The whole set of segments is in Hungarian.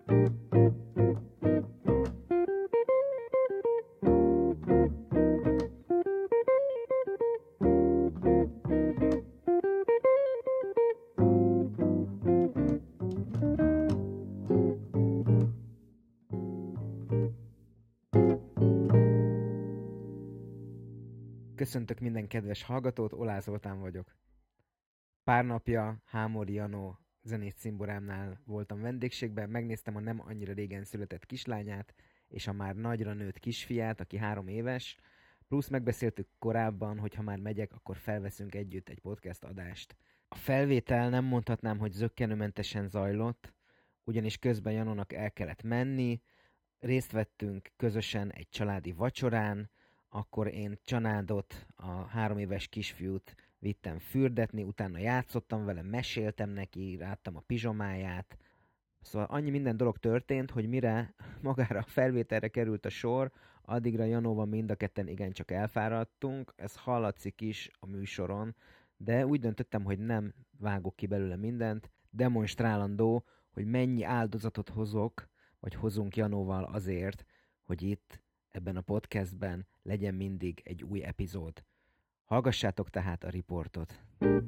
Köszöntök minden kedves hallgatót, Olá Zoltán vagyok. Pár napja Hámori Janó zenés cimborámnál voltam vendégségben, megnéztem a nem annyira régen született kislányát, és a már nagyra nőtt kisfiát, aki 3 éves, plusz megbeszéltük korábban, hogy ha már megyek, akkor felveszünk együtt egy podcast adást. A felvétel nem mondhatnám, hogy zökkenőmentesen zajlott, ugyanis közben Janónak el kellett menni, részt vettünk közösen egy családi vacsorán, akkor én családot, a 3 éves kisfiút vittem fürdetni, utána játszottam vele, meséltem neki, ráttam a pizsomáját. Szóval annyi minden dolog történt, hogy mire magára a felvételre került a sor, addigra Janóval mind a ketten igencsak elfáradtunk, ez hallatszik is a műsoron, de úgy döntöttem, hogy nem vágok ki belőle mindent, demonstrálandó, hogy mennyi áldozatot hozunk Janóval azért, hogy itt ebben a podcastben legyen mindig egy új epizód. Hallgassátok tehát a riportot.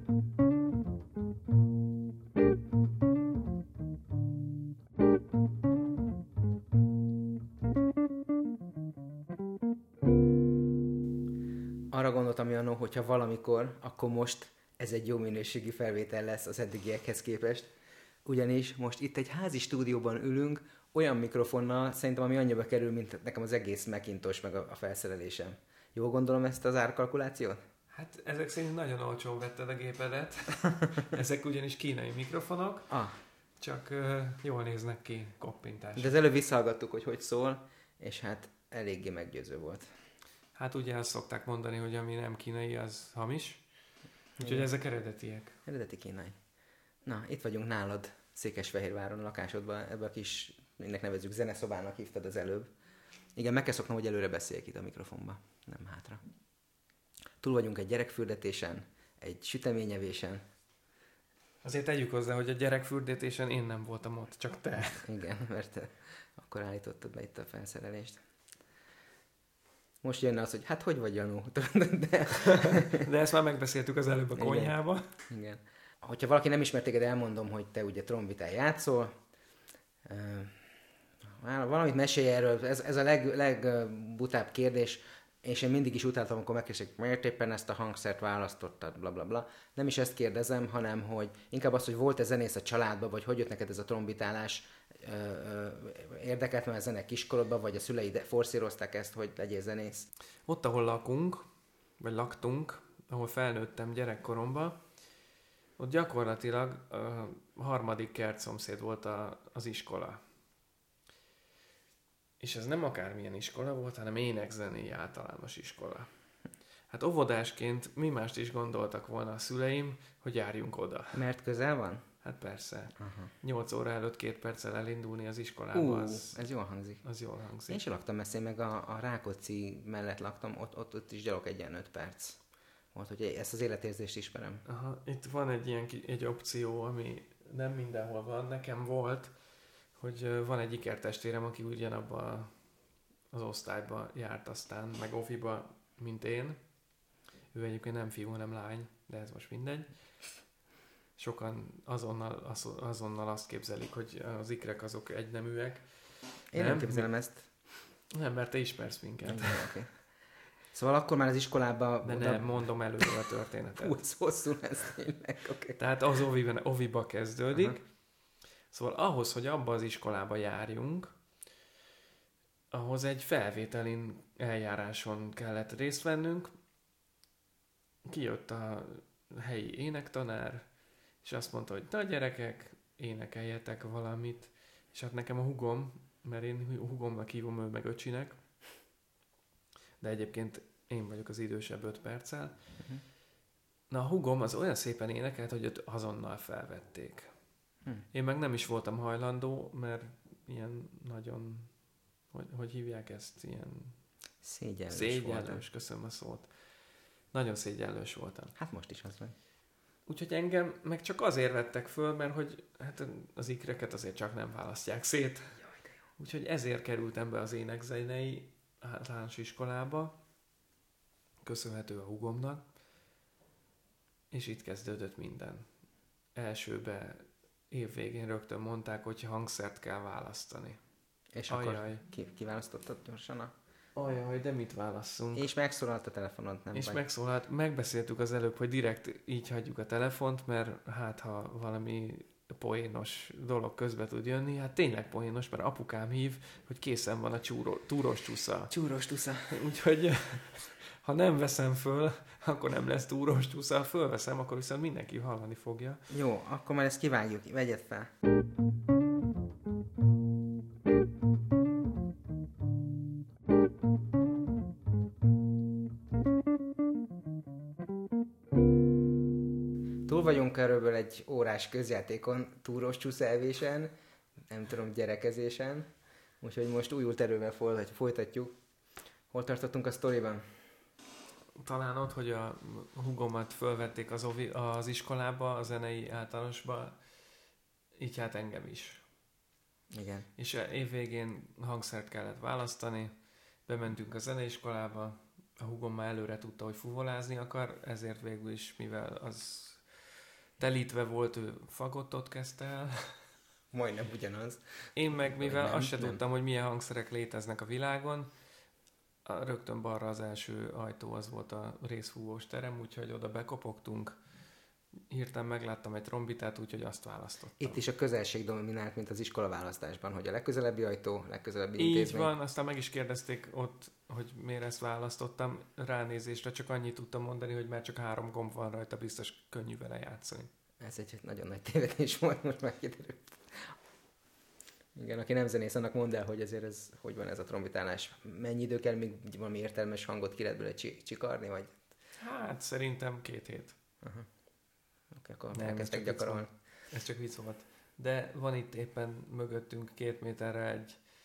Arra gondoltam, Janó, hogyha valamikor, akkor most ez egy jó minőségi felvétel lesz az eddigiekhez képest. Ugyanis most itt egy házi stúdióban ülünk, olyan mikrofonnal, szerintem ami annyiba kerül, mint nekem az egész Macintosh meg a felszerelésem. Jól gondolom ezt az árkalkulációt? Hát ezek szerint nagyon olcsón vetted a gépedet. Ezek ugyanis kínai mikrofonok, csak jól néznek ki koppintás. De az előbb visszahallgattuk, hogy szól, és hát eléggé meggyőző volt. Hát ugye azt szokták mondani, hogy ami nem kínai, az hamis. Úgyhogy ezek eredetiek. Eredeti kínai. Na, itt vagyunk nálad, Székesfehérváron, a lakásodban, ebbe a kis, mindnek nevezzük, zeneszobának hívtad az előbb. Igen, meg kell szoknom, hogy előre beszéljek itt a mikrofonba, nem hátra. Túl vagyunk egy gyerekfürdetésen, egy süteményevésen. Azért tegyük hozzá, hogy a gyerekfürdetésen én nem voltam ott, csak te. Igen, mert te akkor állítottad be itt a felszerelést. Most jönne az, hogy hát hogy vagy, Janó? De ezt már megbeszéltük az előbb a konyhába. Igen. Hogyha valaki nem ismert téged, elmondom, hogy te ugye trombitán játszol. Valamit mesélj erről, ez a legbutább kérdés, és én mindig is utáltam, amikor megkérdezik, miért éppen ezt a hangszert választottad, bla bla bla. Nem is ezt kérdezem, hanem hogy inkább azt, hogy volt-e zenész a családban, vagy hogy jött neked ez a trombitálás, érdekelt már a zene kiskorodban, vagy a szüleid forszírozták ezt, hogy legyél zenész? Ott, ahol lakunk, vagy laktunk, ahol felnőttem gyerekkoromban, ott gyakorlatilag a harmadik kertszomszéd volt az iskola. És ez nem akármilyen iskola volt, hanem énekzenéi általános iskola. Hát óvodásként mi mást is gondoltak volna a szüleim, hogy járjunk oda. Mert közel van? Hát persze. 8 óra előtt 2 perccel elindulni az iskolába, ez jól hangzik. Az jól hangzik. Én is laktam messze, meg a Rákóczi mellett laktam, ott is gyalog egy ilyen 5 perc. Volt, hogy ezt az életérzést ismerem. Itt van egy opció, ami nem mindenhol van, nekem volt, hogy van egy ikertestvérem, aki ugyanabban az osztályba járt aztán, meg oviba, mint én. Ő egyébként nem fiú, hanem lány, de ez most mindegy. Sokan azonnal azt képzelik, hogy az ikrek azok egyneműek. Én nem képzelem ezt. Nem, mert te ismersz minket. Igen, okay. Szóval akkor már az iskolában... De nem, mondom előre a történetet. Úgy hosszú lesz tényleg, okay. Tehát az oviba kezdődik. Szóval ahhoz, hogy abba az iskolába járjunk, ahhoz egy felvételin eljáráson kellett részt vennünk. Kijött a helyi énektanár, és azt mondta, hogy na gyerekek, énekeljetek valamit. És hát nekem a hugom, mert én hugomnak hívom, ő meg öcsinek, de egyébként én vagyok az idősebb 5 perccel. Na a hugom az olyan szépen énekelt, hogy őt azonnal felvették. Én meg nem is voltam hajlandó, mert ilyen nagyon, hogy hívják ezt, ilyen... Szégyellős, köszönöm a szót. Nagyon szégyellős voltam. Hát most is az van. Úgyhogy engem meg csak azért vettek föl, mert hogy hát az ikreket azért csak nem választják szét. Úgyhogy ezért kerültem be az énekzenei általános iskolába, köszönhető a húgomnak, és itt kezdődött minden. Elsőbe év végén rögtön mondták, hogy hangszert kell választani. És akkor kiválasztottad gyorsan Ajaj, de mit válasszunk? És megszólalt a telefonod, nem És baj. megszólalt, megbeszéltük az előbb, hogy direkt így hagyjuk a telefont, mert hát ha valami poénos dolog közbe tud jönni, hát tényleg poénos, mert apukám hív, hogy készen van a túros csúsza. Csúros tusza. Úgyhogy ha nem veszem föl, akkor nem lesz túros csúsza, ha fölveszem, akkor viszont mindenki hallani fogja. Jó, akkor már ezt kivágjuk, vegyed fel. Túl vagyunk körülbelül egy órás közjátékon, túros csúszelvésen, nem tudom, gyerekezésen, úgyhogy most újult erővel folytatjuk. Hol tartottunk a sztoriban? Talán ott, hogy a húgomat fölvették az iskolába, a zenei általánosba, így hát engem is. Igen. És évvégén hangszert kellett választani, bementünk a zeneiskolába, a húgom már előre tudta, hogy fuvolázni akar, ezért végül is, mivel az telítve volt, ő fagottot kezdte el. Majdnem ugyanaz. Én meg, mivel azt se tudtam, hogy milyen hangszerek léteznek a világon, rögtön balra az első ajtó az volt a részfúvós terem, úgyhogy oda bekopogtunk. Hirtelen megláttam egy trombitát, úgyhogy azt választottam. Itt is a közelség dominált, mint az iskola választásban, hogy a legközelebbi ajtó, legközelebbi így intézmény. van, aztán meg is kérdezték ott, hogy miért ezt választottam. Ránézésre csak annyit tudtam mondani, hogy már csak 3 gomb van rajta, biztos könnyű vele játszani. Ez egy nagyon nagy tévedés volt, most már kiderült. Igen, aki nem zenész, annak mondd el, hogy ezért ez, hogy van ez a trombitálás. Mennyi idő kell, még valami értelmes hangot ki lehet belőle csikarni, vagy? Hát szerintem 2 hét. Aha. Oké, akkor Nem, elkezdtek gyakorolni. Ez csak vicc volt. De van itt éppen mögöttünk 2 méterre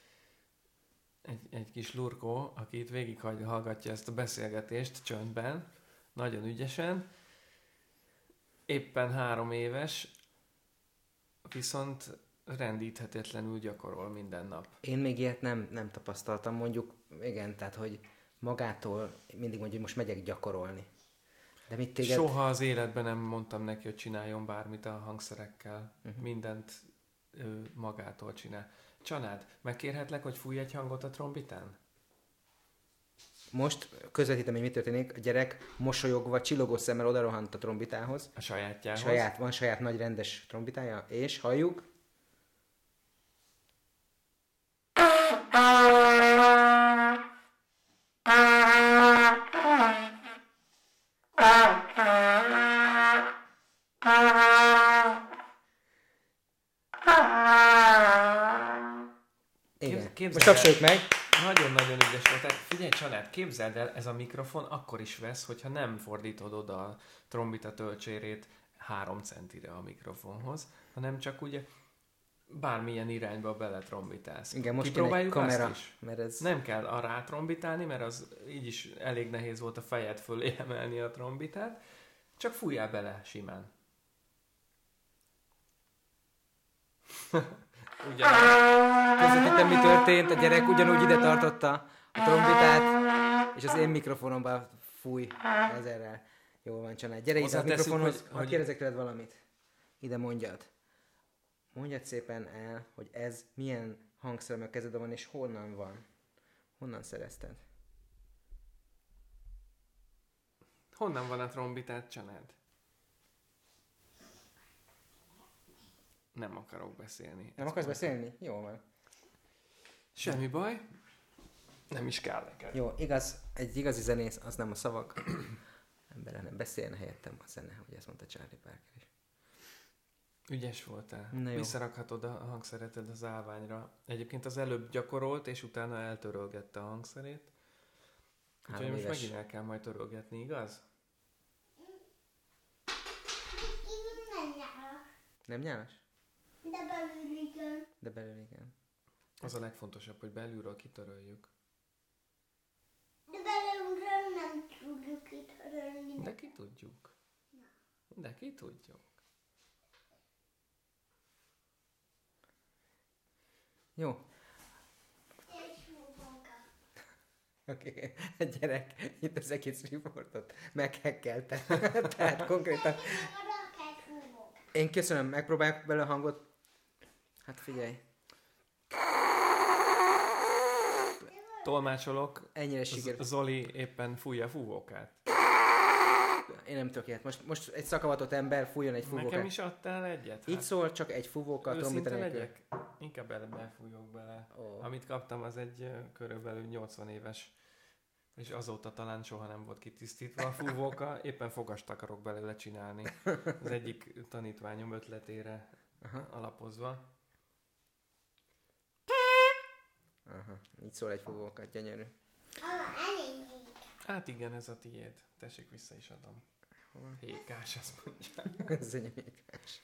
egy kis lurkó, aki itt végig hallgatja ezt a beszélgetést csöndben, nagyon ügyesen. Éppen 3 éves, viszont rendíthetetlenül gyakorol minden nap. Én még ilyet nem tapasztaltam, mondjuk, igen, tehát, hogy magától mindig mondja, hogy most megyek gyakorolni. De mit téged... Soha az életben nem mondtam neki, hogy csináljon bármit a hangszerekkel. Mindent ő magától csinál. Csanád, megkérhetlek, hogy fújj egy hangot a trombitán? Most közvetítem, hogy mi történik. A gyerek mosolyogva, csillogó szemmel odarohant a trombitához. A sajátjához? Van saját nagy rendes trombitája, és halljuk. Igen. Most tapsoljuk meg. Nagyon-nagyon ügyes volt. Figyelj, Csanád, képzeld el, ez a mikrofon akkor is vesz, hogyha nem fordítod oda a trombita töltsérét 3 centire a mikrofonhoz, hanem csak ugye bármilyen irányba beletrombitálsz. Igen, most kipróbáljuk kamera, azt is? mert ez... Nem kell arra trombitálni, mert az így is elég nehéz volt a fejed fölé emelni a trombitát, csak fújjál bele simán. Közvetítem, mi történt, a gyerek ugyanúgy ide tartotta a trombitát, és az én mikrofonomba fúj ezerrel. Jól van, Csanád. Gyere ide a mikrofonhoz, hadd kérdezek tőled valamit. Ide mondjad. Mondjad szépen el, hogy ez milyen hangszer, ami a kezedben van, és honnan van. Honnan szerezted? Honnan van a trombitát, Csanád? Nem akarok beszélni. Nem akarsz beszélni? Jó van. Semmi baj. Nem is kell neked. Jó, igaz, egy igazi zenész, az nem a szavak. Ember, nem beszélne helyettem a zene, ugye ezt mondta Charlie Parker is. Ügyes voltál. Na jó. Visszarakhatod a hangszereted az állványra. Egyébként az előbb gyakorolt, és utána eltörölgette a hangszerét. Úgyhogy most megint el kell majd törölgetni, igaz? Nem nyálas? De belül igen. De belül igen. Az a legfontosabb, hogy belülről kitöröljük. De belülről nem tudjuk kitörölni. De ki tudjuk. De ki tudja. Jó. És fúvóka. Oké, a gyerek itt az egész riportot meghekkelte. Tehát konkrétan... A rakett fúvóka. Én köszönöm, megpróbáljuk bele a hangot. Hát figyelj, Tolmácsolok. ennyire sikerült. Zoli éppen fújja a fúvókát. Én nem tudok ilyet. Most egy szakavatott ember fújjon egy fúvókát. Nekem is adtál egyet? Így szól, csak egy fúvóka, trombita Őszinte nélkül. legyek? Inkább befújok bele. Ó. Amit kaptam, az egy körülbelül 80 éves, és azóta talán soha nem volt kitisztítva a fúvóka, éppen fogast akarok belőle csinálni. Az egyik tanítványom ötletére alapozva. Aha, így szól egy fúvóka, gyönyörű. Elég. Hát igen, ez a tiéd. Tessék, vissza is adom. Hékás, azt mondja. Ez enyémikás.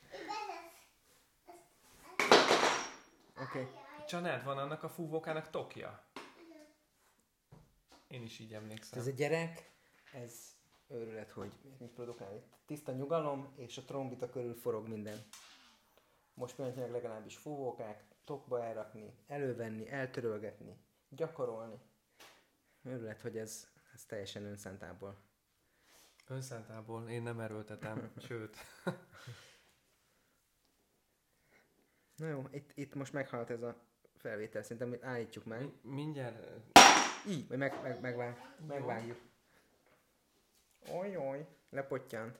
Oké. Csanád, van annak a fúvókának tokja? Én is így emlékszem. Ez a gyerek, ez őrület, hogy mit produkál itt. Tiszta nyugalom, és a trombita körül forog minden. Most pillanatnyilag legalábbis fúvókák, tokba elrakni, elővenni, eltörölgetni, gyakorolni. Őrület, hogy ez teljesen önszántából. Önszántából én nem erőltetem, sőt. Na jó, itt most meghalt ez a felvétel, szerintem állítjuk meg. Mindjárt... Így, vagy megvágjuk. Ojjoj, lepottyant.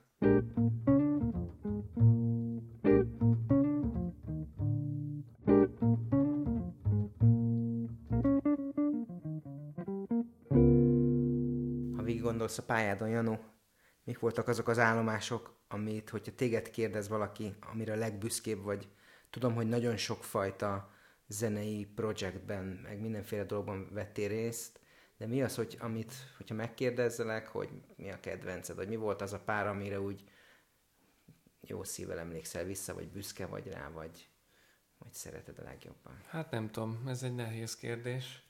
Ha végig gondolsz a pályádon, Janu, mik voltak azok az állomások, amit, hogyha téged kérdez valaki, amire a legbüszkébb vagy, tudom, hogy nagyon sokfajta zenei projektben, meg mindenféle dologban vettél részt, de mi az, hogyha megkérdezzelek, hogy mi a kedvenced, vagy mi volt az a pár, amire úgy jó szívvel emlékszel vissza, vagy büszke vagy rá, vagy szereted a legjobban? Hát nem tudom, ez egy nehéz kérdés.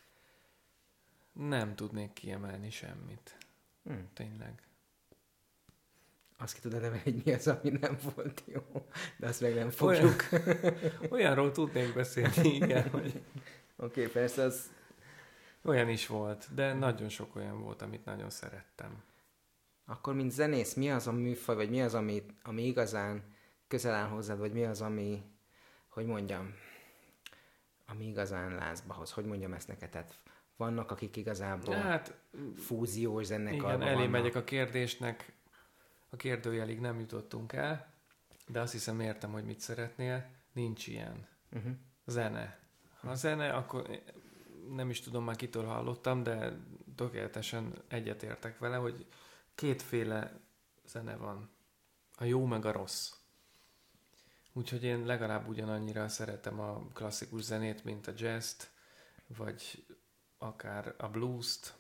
Nem tudnék kiemelni semmit. Tényleg. Azt ki tudod emelni, hogy mi az, ami nem volt jó, de azt meg nem fogjuk. Olyanról tudnék beszélni, igen. Hogy... Oké, persze az... Olyan is volt, de nagyon sok olyan volt, amit nagyon szerettem. Akkor, mint zenész, mi az a műfaj, vagy mi az, ami igazán közel áll hozzád, vagy mi az, ami, hogy mondjam, ami igazán lázba hoz? Hogy mondjam ezt neked? Tehát vannak, akik igazából fúziós zenekarban igen, elé vannak. megyek a kérdésnek, a kérdőjelig nem jutottunk el, de azt hiszem értem, hogy mit szeretnél. Nincs ilyen. Zene. Ha a zene, akkor nem is tudom már kitől hallottam, de tökéletesen egyetértek vele, hogy kétféle zene van. A jó meg a rossz. Úgyhogy én legalább ugyanannyira szeretem a klasszikus zenét, mint a jazzt, vagy akár a blues-t,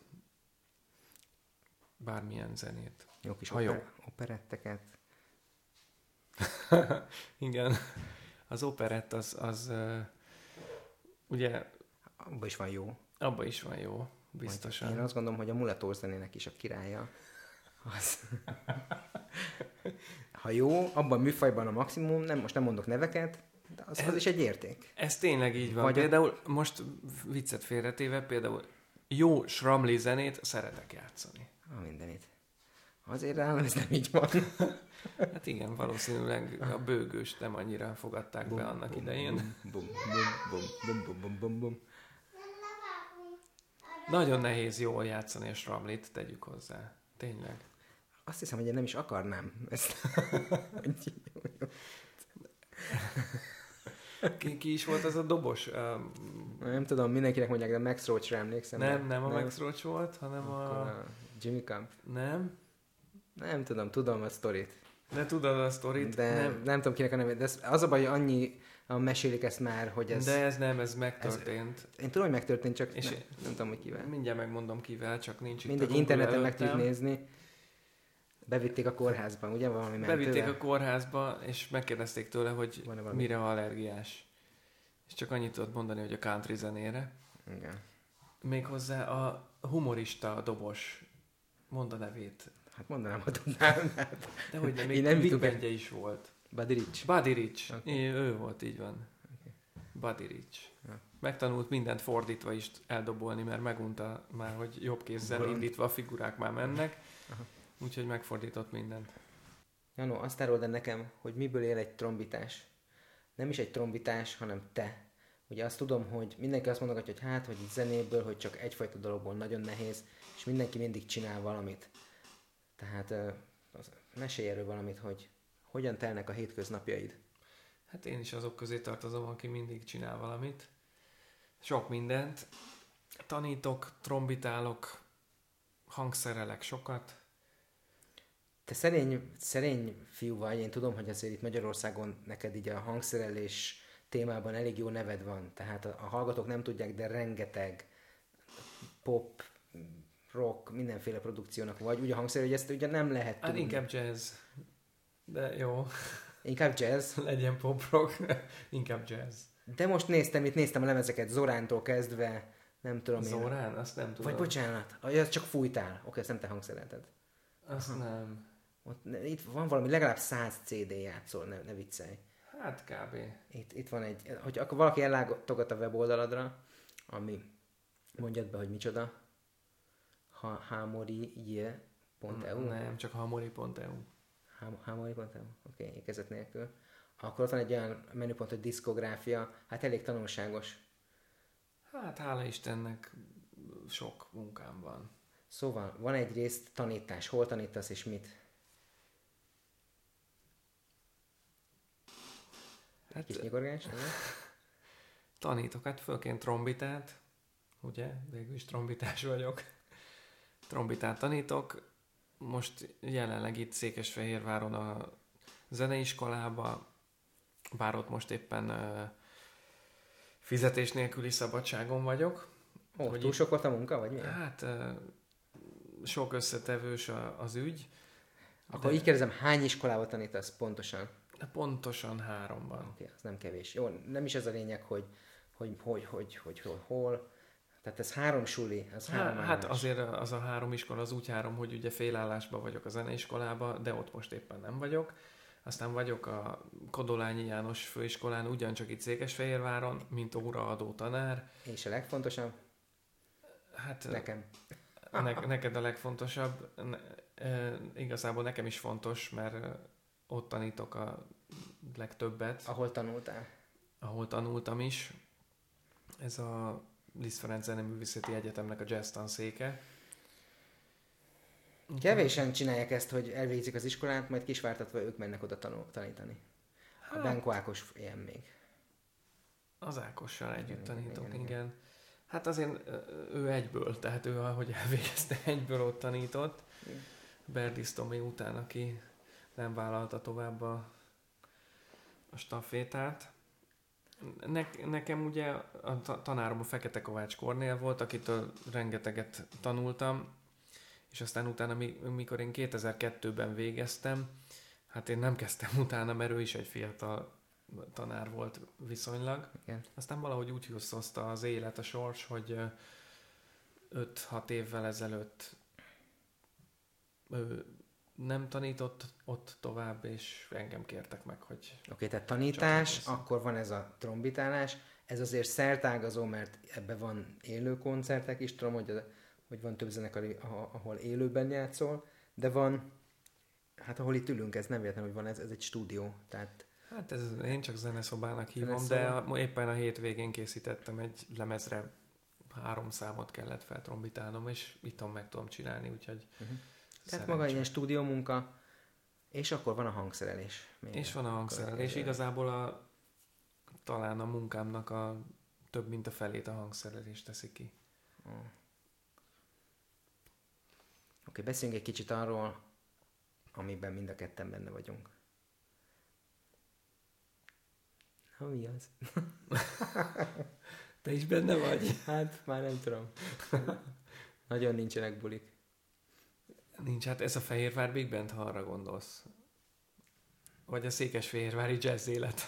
bármilyen zenét. Jó kis operetteket. Igen. Az operett az ugye... Abban is van jó. Abban is van jó, biztosan. Én azt gondolom, hogy a mulatós zenének is a királya. Az... Ha jó, abban a műfajban a maximum, most nem mondok neveket, de az is egy érték. Ez tényleg így van. Vagy például, most viccet félretéve, például jó sramli zenét szeretek játszani. Mindenit. Azért rám ez nem így van. Hát igen, valószínűleg a bőgőst nem annyira fogadták be annak idején. Nagyon nehéz jól játszani a sramlit, tegyük hozzá. Tényleg. Azt hiszem, hogy én nem is akarnám ezt. Ki is volt az a dobos? Nem tudom, mindenkinek mondják, de Max Roach-ra emlékszem. Nem a Max Roach volt, hanem a Jimmy Camp. Nem? Nem tudom a sztorit. De tudod a sztorit? De nem tudom kinek a nevét. De az a baj, hogy annyi mesélik ezt már, hogy ez... De ez megtörtént. Én tudom, hogy megtörtént, csak nem tudom, hogy kivel. Mindjárt megmondom kivel, csak nincs itt mindegy, interneten meg tudjuk nézni. Bevitték a kórházba, ugye? Valami Bevitték a kórházba, és megkérdezték tőle, hogy mire allergiás. És csak annyit tudott mondani, hogy a country zenére. Igen. Méghozzá a humorista dobos, mondd a nevét. Hát mondanám, ha tudnám. De hogy nem, Én még nem Big tudom. Bandje is volt. Buddy Rich. Buddy Rich. Okay. Ő volt, így van. Okay. Buddy Rich. Ja. Megtanult mindent fordítva is eldobolni, mert megunta már, hogy jobb kézzel Bolond. indítva a figurák már mennek. Aha. Úgyhogy megfordított mindent. Janó, azt áruld el nekem, hogy miből él egy trombitás. Nem is egy trombitás, hanem te. Ugye azt tudom, hogy mindenki azt mondogatja, hogy hát, hogy itt zenéből, hogy csak egyfajta dologból nagyon nehéz, és mindenki mindig csinál valamit. Tehát mesélj erről valamit, hogy hogyan telnek a hétköznapjaid. Hát én is azok közé tartozom, aki mindig csinál valamit. Sok mindent. Tanítok, trombitálok, hangszerelek sokat. Te szerény fiú vagy, én tudom, hogy azért itt Magyarországon neked így a hangszerelés témában elég jó neved van. Tehát a hallgatók nem tudják, de rengeteg pop, rock, mindenféle produkciónak vagy. Ugye a hangszerelő, hogy ezt ugye nem lehet Hát tudni. inkább jazz. De jó, Inkább jazz. legyen pop rock, inkább jazz. De most néztem a lemezeket Zorántól kezdve, nem tudom én. Zorán? Azt nem tudom. Vagy bocsánat, azt csak fújtál. Oké, ezt nem te hangszerelted. Azt nem. Itt van valami, legalább 100 CD játszol, ne viccelj. Hát kb. Itt van egy, hogy akkor valaki ellátogat a weboldaladra, ami, mondjad be, hogy micsoda, hamori.eu. Nem, csak hamori.eu. Hamori.eu, oké, ékezet nélkül. Akkor ott van egy olyan menüpont, hogy diszkográfia, hát elég tanulságos. Hát hála Istennek sok munkám van. Szóval van egy részt tanítás, hol tanítasz és mit? Hát, Kis nyigorgás? tanítok, hát főként trombitát, ugye, végül is trombitás vagyok. Trombitát tanítok, most jelenleg itt Székesfehérváron a zeneiskolába, bár ott most éppen fizetés nélküli szabadságon vagyok. Hogy túl sok volt a munka, vagy mi? Hát sok összetevős az ügy. Akkor így kérdezem, hány iskolában tanítasz pontosan? Pontosan 3-ban. Oké, az nem kevés. Jó, nem is ez a lényeg, hogy hol. Tehát ez 3 suli, ez 3 Hát azért az a 3 iskola az úgy 3, hogy ugye félállásban vagyok a zeneiskolába, de ott most éppen nem vagyok. Aztán vagyok a Kodolányi János főiskolán, ugyancsak itt Székesfehérváron, mint óraadó tanár. És a legfontosabb? Hát Nekem. neked a legfontosabb. Igazából nekem is fontos, mert ott tanítok a legtöbbet. Ahol tanultál? Ahol tanultam is. Ez a Liszt Ferenc Zeneművészeti Egyetemnek a jazz tanszéke. Kevésen csinálják ezt, hogy elvégzik az iskolát, majd kisvártatva ők mennek oda tanítani. A Benko Ákos ilyen még. Az Ákossal együtt Igen, tanítok, igen. igen. Hát azért ő egyből, tehát ő ahogy elvégezte, egyből ott tanított. Igen. Berdis Tomi után, aki nem vállalta tovább a stafétát. Nekem ugye a tanárom a Fekete Kovács Kornél volt, akitől rengeteget tanultam, és aztán utána, mikor én 2002-ben végeztem, hát én nem kezdtem utána, mert ő is egy fiatal tanár volt viszonylag. Igen. Aztán valahogy úgy hozta az élet, a sors, hogy 5-6 évvel ezelőtt ő nem tanított ott tovább, és engem kértek meg, hogy... Oké, tehát tanítás, akkor van ez a trombitálás, ez azért szertágazó, mert ebben van élő koncertek is, tudom, hogy van több zenekar, ahol élőben játszol, de van, hát ahol itt ülünk, ez nem véletlen, hogy van, ez egy stúdió, tehát... Hát én csak zeneszobának hívom, Zeneszoba. de éppen a hétvégén készítettem egy lemezre, 3 számot kellett feltrombitálnom, és itthon meg tudom csinálni, úgyhogy... Tehát maga ilyen stúdió munka, és akkor van a hangszerelés. Még és van a hangszerelés. Igazából talán a munkámnak a több mint a felét a hangszerelés teszi ki. Oké, beszéljünk egy kicsit arról, amiben mind a ketten benne vagyunk. Ha, mi az? Te is benne vagy? Hát, már nem tudom. Nagyon nincsenek bulik. Nincs, hát ez a Fehérvár Big Band, ha arra gondolsz. Vagy a székesfehérvári jazz élet.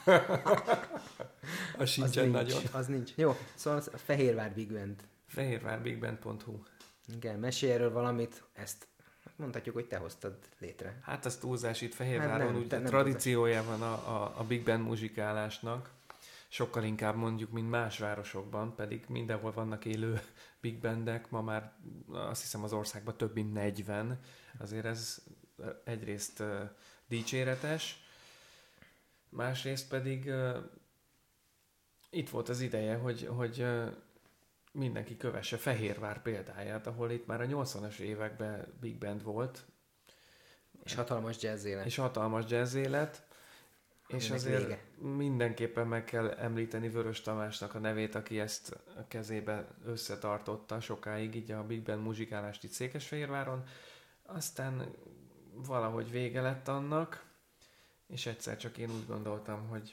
Az sincsen nagyon. Az nincs. Jó, szóval a Fehérvár Big Band. Fehérvárbigband.hu. Igen, mesélj erről valamit, ezt mondhatjuk, hogy te hoztad létre. Hát ez túlzás itt Fehérváron, Hát nem, ugye nem tradíciója van a big band muzsikálásnak, sokkal inkább mondjuk, mint más városokban, pedig mindenhol vannak élő big bandek, ma már azt hiszem az országban több mint 40, azért ez egyrészt dicséretes, másrészt pedig itt volt az ideje, hogy mindenki kövesse Fehérvár példáját, ahol itt már a 80-as években big band volt. És hatalmas jazz élet. És hatalmas jazz élet. És Aminek azért vége. mindenképpen meg kell említeni Vörös Tamásnak a nevét, aki ezt a kezébe összetartotta sokáig, így a big band muzsikálást itt Székesfehérváron. Aztán valahogy vége lett annak, és egyszer csak én úgy gondoltam, hogy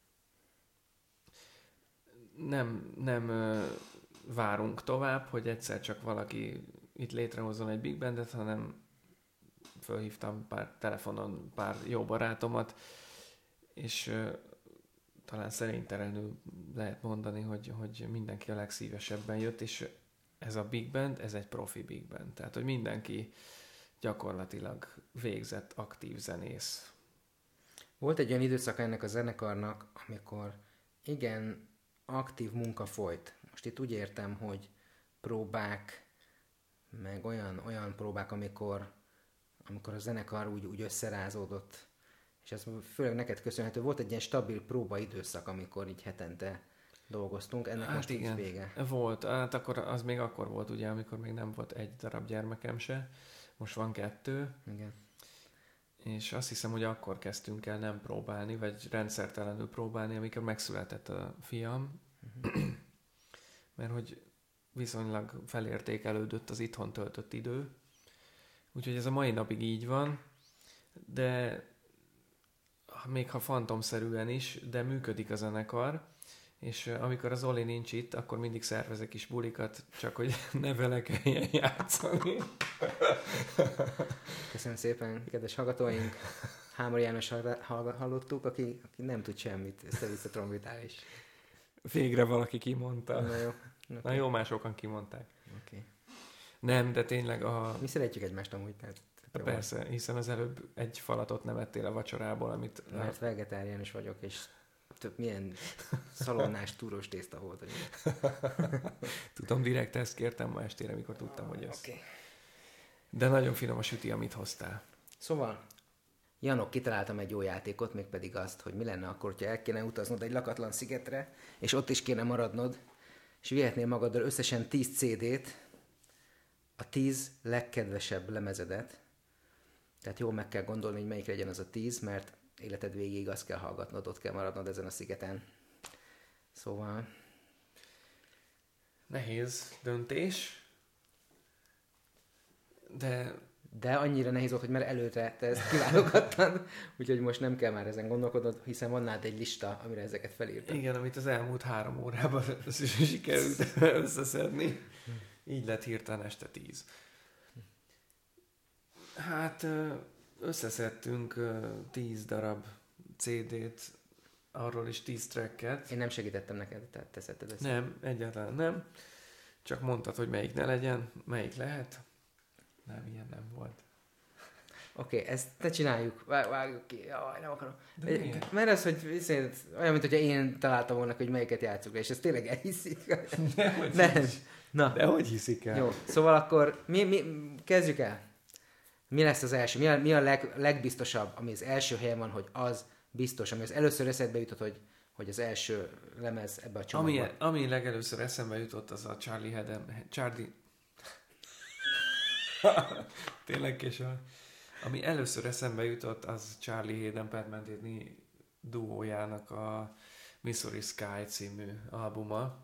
nem várunk tovább, hogy egyszer csak valaki itt létrehozzon egy big bandet, hanem fölhívtam telefonon pár jó barátomat, és talán szerénytelenül lehet mondani, hogy mindenki a legszívesebben jött, és ez a big band, ez egy profi big band. Tehát, hogy mindenki gyakorlatilag végzett aktív zenész. Volt egy olyan időszak ennek a zenekarnak, amikor igen aktív munka folyt. Most itt úgy értem, hogy próbák, meg olyan próbák, amikor a zenekar úgy összerázódott, és ez főleg neked köszönhető. Volt egy ilyen stabil próba időszak, amikor így hetente dolgoztunk, ennek Hát most igen, vége. volt. Hát akkor, az még akkor volt, ugye, amikor még nem volt egy darab gyermekem se. Most van 2. Igen. És azt hiszem, hogy akkor kezdtünk el nem próbálni, vagy rendszertelenül próbálni, amikor megszületett a fiam. Mert hogy viszonylag felértékelődött az itthon töltött idő. Úgyhogy ez a mai napig így van, de még ha fantomszerűen is, de működik a zenekar, és amikor az Oli nincs itt, akkor mindig szervezek is bulikat, csak hogy ne vele kelljen játszani. Köszönöm szépen, kedves hallgatóink! Hámor János hallottuk, aki nem tud semmit, össze-vissza trombitál is. Végre valaki kimondta. Na jó. Na jó, már sokan kimondták. Okay. Nem, de tényleg Mi szeretjük egymást amúgy, tehát... Persze, hiszen az előbb egy falatot nem ettél a vacsorából, amit... Mert vegetáriánus vagyok, és milyen szalonnás túros tészta volt. Hogy... Tudom, direkt ezt kértem ma estére, amikor tudtam, hogy ez. Okay. De nagyon finom a süti, amit hoztál. Szóval, Janok, kitaláltam egy jó játékot, mégpedig azt, hogy mi lenne akkor, ha el kéne utaznod egy lakatlan szigetre, és ott is kéne maradnod, és vihetnél magaddal összesen 10 CD-t, a 10 legkedvesebb lemezedet. Tehát jól meg kell gondolni, hogy melyik legyen az a 10, mert életed végéig azt kell hallgatnod, ott kell maradnod ezen a szigeten. Szóval... Nehéz döntés, de annyira nehéz volt, hogy már előre te ezt kiválogattad, úgyhogy most nem kell már ezen gondolkodnod, hiszen van nálad egy lista, amire ezeket felírtam. Igen, amit az elmúlt 3 órában sikerült összeszedni. Így lett hirtelen este 10. Hát összeszedtünk 10 darab CD-t, arról is 10 tracket. Én nem segítettem neked, tehát te szedted ezt. Nem, egyáltalán nem. Csak mondtad, hogy melyik ne legyen, melyik lehet. Nem, ilyen nem volt. Oké, ezt ne csináljuk, vágjuk ki, jaj, nem akarom. De miért? Mert az, hogy olyan, mint hogyha én találtam volna, hogy melyiket játszunk, és ezt tényleg elhiszik. Nem. Na. De hogy hiszik el? Jó, szóval akkor mi kezdjük el. Mi lesz az első? Mi a legbiztosabb, ami az első helyen van, hogy az biztos, ami az először eszedbe jutott, hogy az első lemez ebbe a csomagba? Ami legelőször eszembe jutott, az a Tényleg később. Ami először eszembe jutott, az Charlie Hayden Pat Metheny duójának a Missouri Sky című albuma.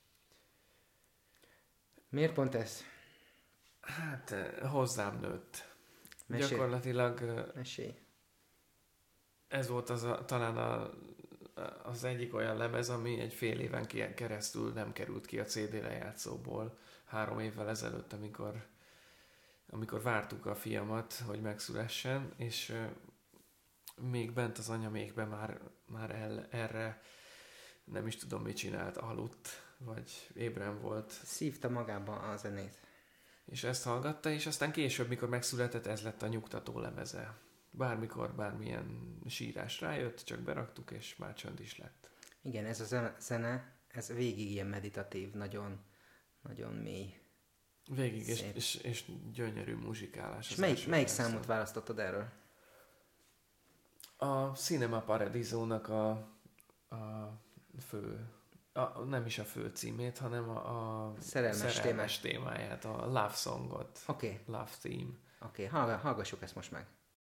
Miért pont ez? Hát hozzám nőtt. Mesélj. Gyakorlatilag Mesélj. ez volt talán az egyik olyan lemez, ami egy fél éven keresztül nem került ki a CD lejátszóból 3 évvel ezelőtt, amikor vártuk a fiamat, hogy megszülessen, és még bent az anyamékben már erre nem is tudom mit csinált, aludt, vagy ébren volt. Szívta magába a zenét. És ezt hallgatta, és aztán később, mikor megszületett, ez lett a nyugtató lemeze. Bármikor, bármilyen sírás rájött, csak beraktuk, és már csönd is lett. Igen, ez a zene, ez végig ilyen meditatív, nagyon, nagyon mély. Végig, és gyönyörű muzsikálás. És melyik számot választottad erről? A Cinema Paradiso-nak a fő, nem is a fő címét, hanem a szerelmes témáját, a Love Songot. Oké. Love Theme. Oké, hallgassuk ezt most meg.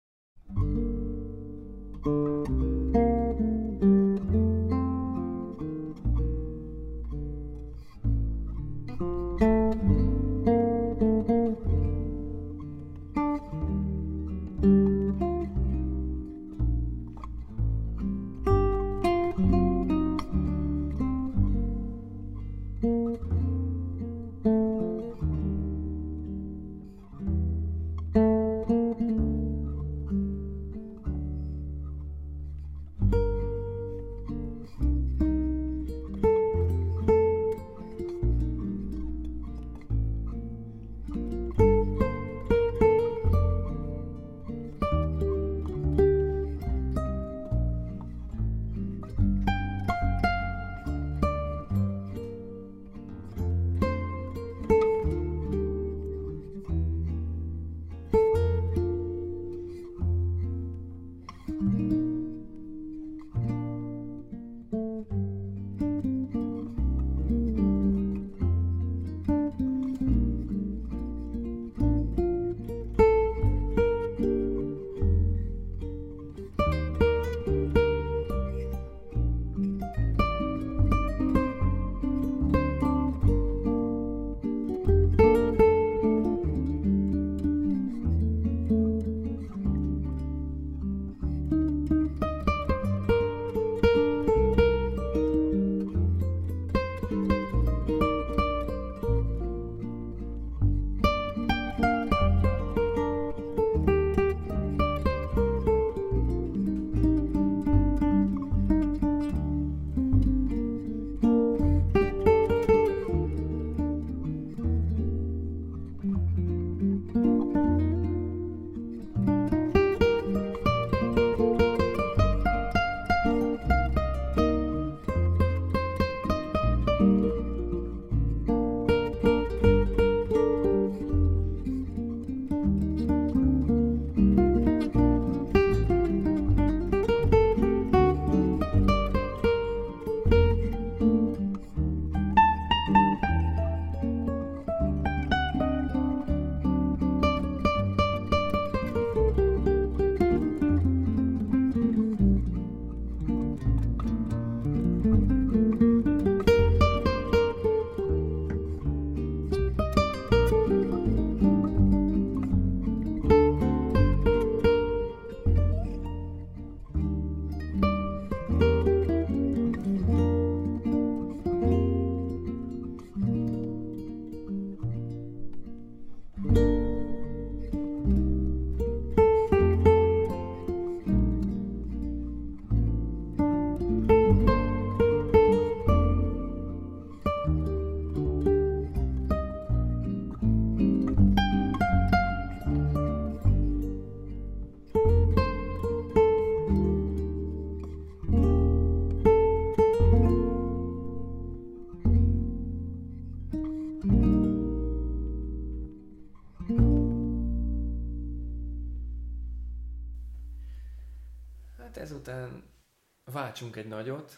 Ezután váltsunk egy nagyot,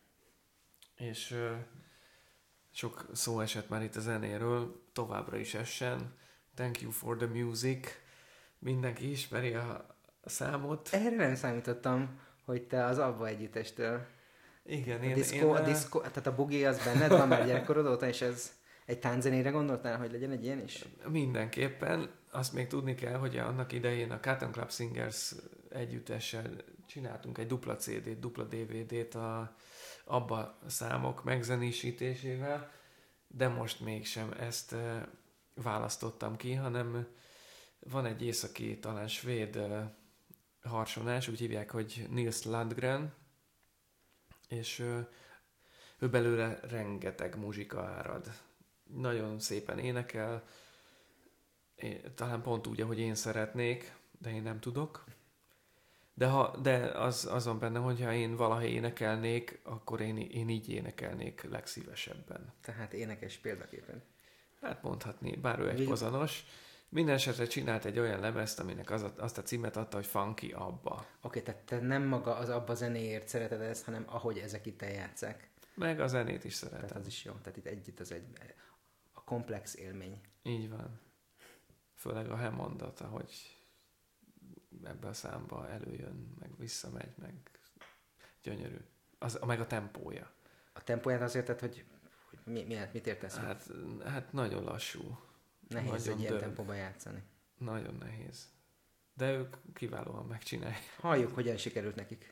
és sok szó esett már itt a zenéről, továbbra is essen. Thank you for the music. Mindenki ismeri a számot. Erre nem számítottam, hogy te az Abba együttestől. Igen, a diszkó, tehát a boogie az benned van már gyerekkorod óta, és ez egy tánczenére gondoltál, hogy legyen egy ilyen is? Mindenképpen. Azt még tudni kell, hogy annak idején a Cotton Club Singers együttessel csináltunk egy dupla CD-t, dupla DVD-t a Abba számok megzenésítésével, de most mégsem ezt választottam ki, hanem van egy északi, talán svéd harsonás, úgy hívják, hogy Nils Landgren, és ő belőle rengeteg muzsika árad. Nagyon szépen énekel, talán pont úgy, ahogy én szeretnék, de én nem tudok. De az van benne, hogyha én valaha énekelnék, akkor én így énekelnék legszívesebben. Tehát énekes példaképpen. Hát mondhatni, bár ő egy pozanos. Minden esetre csinált egy olyan lemezt, aminek azt a címet adta, hogy Funky Abba. Oké, tehát te nem maga az Abba zenéért szereted ezt, hanem ahogy ezek itt eljátszák. Meg a zenét is szeretem. Tehát az is jó. Tehát itt együtt a komplex élmény. Így van. Főleg a Hammondot, ahogy ebbe a számba előjön, meg visszamegy, meg gyönyörű. Meg a tempója. A tempóját azért, tehát, hogy mit értesz? Hát nagyon lassú. Nehéz nagyon egy ilyen tempóban játszani. Nagyon nehéz. De ők kiválóan megcsinálják. Halljuk, hogyan sikerült nekik.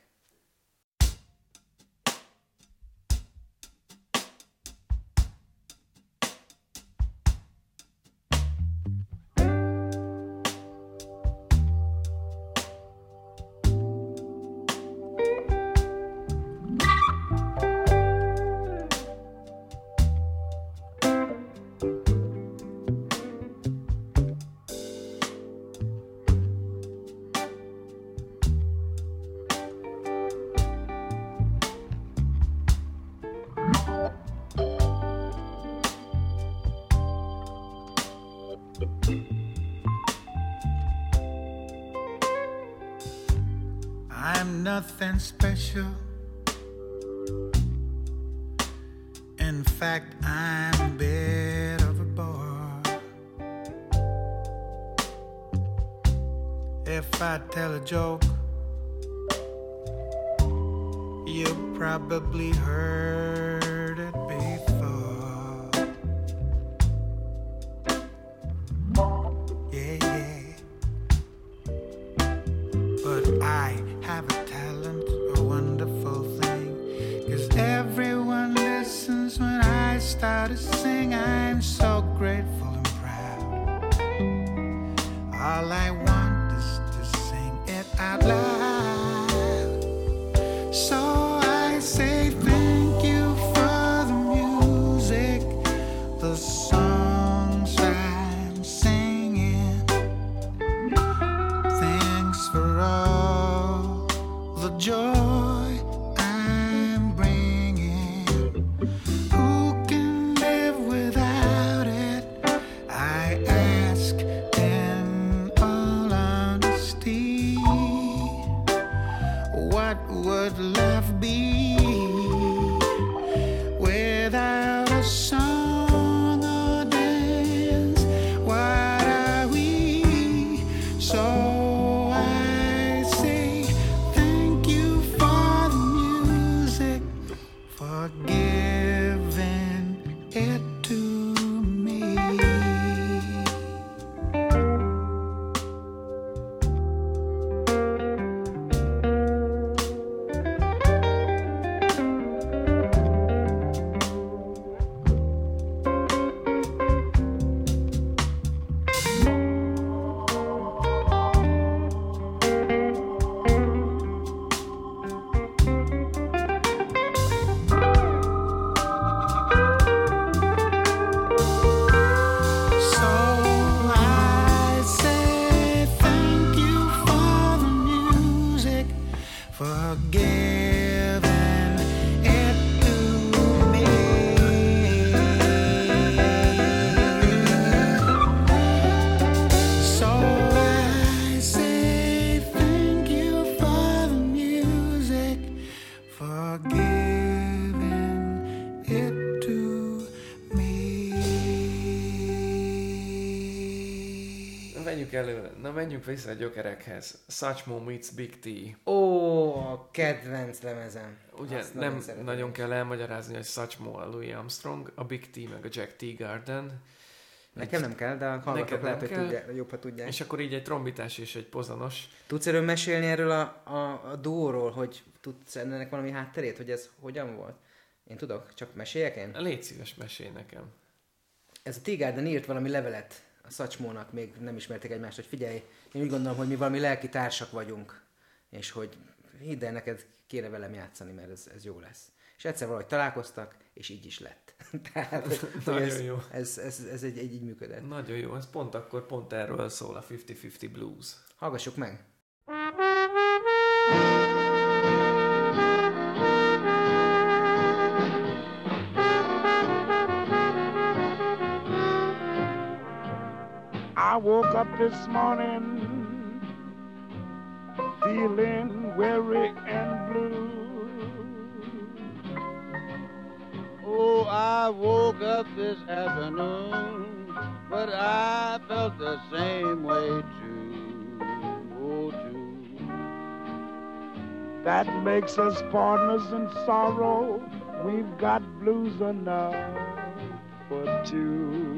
I'm nothing special. In fact, I'm a bit of a bore. If I tell a joke, you probably heard it before. Yeah, yeah. But I have a talent, a wonderful thing, 'cause everyone listens when I start to sing. I'm so grateful and proud. All I want is to sing it out loud. So I say thank you for the music, the songs I'm singing. Thanks for all the joy I'm bringing. Who can live without it? I ask in all honesty. What would life be without a song or dance? What are we? So I say thank you for the music, for giving it to me. So I say thank you for the music, for giving it to me. So I say thank you for the music, for giving it to me. Menjünk vissza a gyökerekhez. Satchmo meets Big T. Ó, a kedvenc lemezem. Ugye Azt nem szeretem nagyon is. kell elmagyarázni, hogy Satchmo a Louis Armstrong, a Big T meg a Jack Teagarden. Nekem nem kell, de a hallgatók Neked lehet, nem hogy kell. tudják, jobb, ha tudják. És akkor így egy trombitás és egy pozanos. Tudsz erről mesélni erről a duóról, hogy tudsz ennek valami hátterét, hogy ez hogyan volt? Én tudok, csak meséljek én? Légy szíves, mesélj nekem. Ez a Teagarden írt valami levelet a Satchmónak, még nem ismerték egymást, hogy figyelj, én úgy gondolom, hogy mi valami lelki társak vagyunk, és hogy hidd el, neked kéne velem játszani, mert ez jó lesz. És egyszer valahogy találkoztak, és így is lett. Tehát Nagyon jó. Ez így működött. Nagyon jó, ez pont erről szól a 50-50 Blues. Hallgassuk meg! I woke up this morning feeling weary and blue. Oh, I woke up this afternoon, but I felt the same way too. Oh, too. That makes us partners in sorrow. We've got blues enough for two.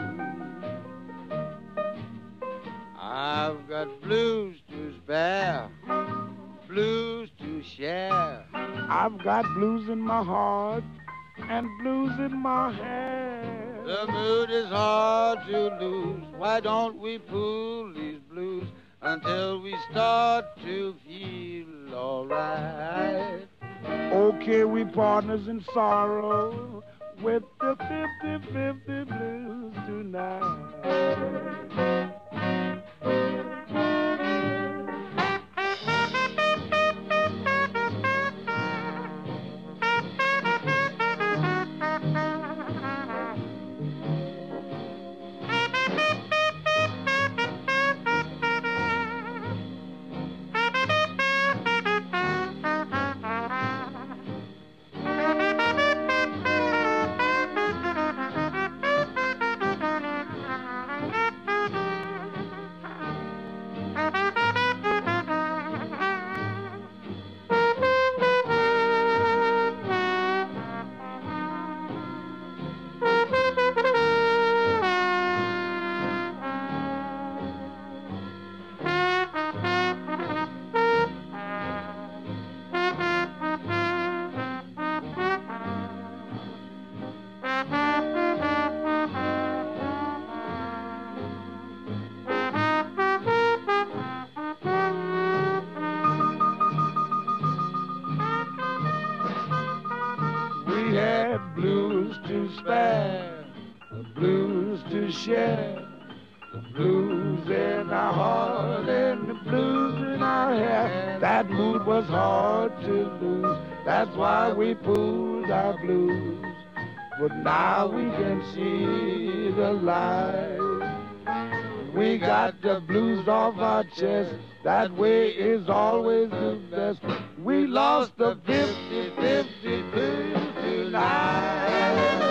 I've got blues to spare, blues to share. I've got blues in my heart and blues in my head. The mood is hard to lose. Why don't we pool these blues until we start to feel alright? Okay, we partners in sorrow with the 50-50 blues tonight. We had blues to spare, the blues to share, the blues in our heart and the blues in our hair. That mood was hard to lose, that's why we pooled our blues. But now we can see the light. We got the blues off our chest, that way is always the best. We lost the 50-50 blues tonight.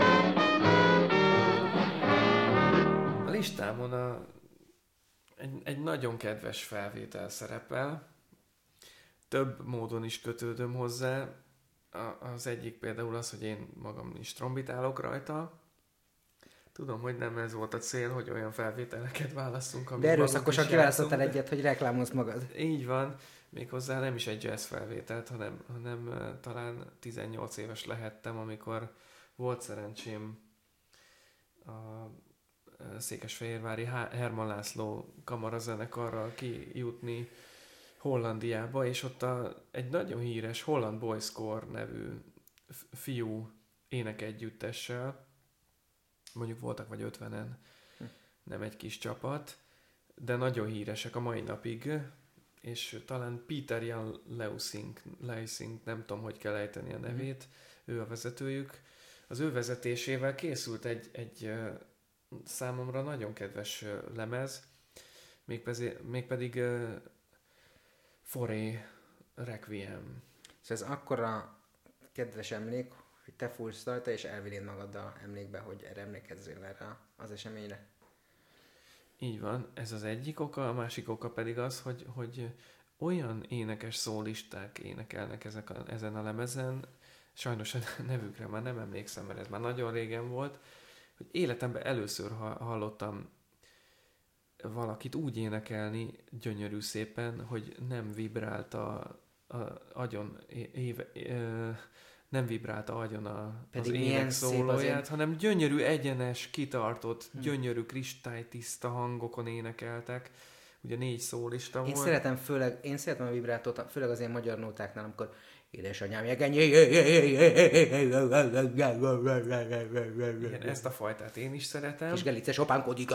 A listámon egy nagyon kedves felvétel szerepel. Több módon is kötődöm hozzá. Az egyik például az, hogy én magam is trombitálok rajta. Tudom, hogy nem ez volt a cél, hogy olyan felvételeket válasszunk, amit De erőszakosan kiválasztottál játszunk. egyet, hogy reklámozd magad. Így van. Méghozzá nem is egy jazz felvételt, hanem talán 18 éves lehettem, amikor volt szerencsém a székesfehérvári Herman László kamarazenekarral kijutni Hollandiába, és ott egy nagyon híres Holland Boys Core nevű fiú énekegyüttessel, mondjuk voltak vagy 50-en, nem egy kis csapat, de nagyon híresek a mai napig, és talán Peter Jan Leusink, nem tudom, hogy kell ejteni a nevét, ő a vezetőjük. Az ő vezetésével készült egy számomra nagyon kedves lemez, mégpedig Foré Requiem. Szóval ez akkora kedves emlék, hogy te fúrsz rajta, és elvinnéd magaddal emlékbe, hogy erre emlékezzél erre az eseményre. Így van, ez az egyik oka, a másik oka pedig az, hogy olyan énekes szólisták énekelnek ezen a lemezen, sajnos a nevükre már nem emlékszem, mert ez már nagyon régen volt, hogy életemben először hallottam valakit úgy énekelni gyönyörű szépen, hogy nem vibrált a agyon nem vibrálta agyon az ének szólóját, hanem gyönyörű, egyenes, kitartott, gyönyörű, kristálytiszta hangokon énekeltek. Ugye 4 szólista volt. Én szeretem a vibrátót, főleg az ilyen magyar nótáknál, amikor édesanyám jegenyé. Igen, ezt a fajtát én is szeretem. Kis Gelice sopánkodik.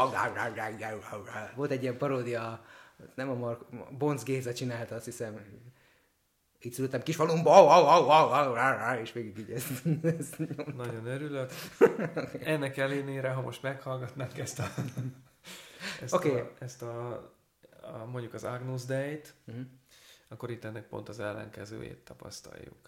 Volt egy ilyen paródia, nem a Bonc Géza csinálta, azt hiszem. Itt szültem Kisfalumba, és végig így ezt Nagyon örülök. Ennek ellenére, ha most meghallgatnánk ezt a mondjuk az Agnus Dei-t, akkor itt ennek pont az ellenkezőjét tapasztaljuk.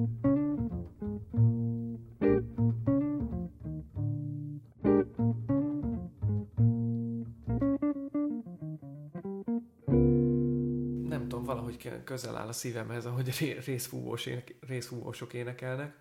Nem tudom, valahogy közel áll a szívemhez, ahogy részfúvósok énekelnek.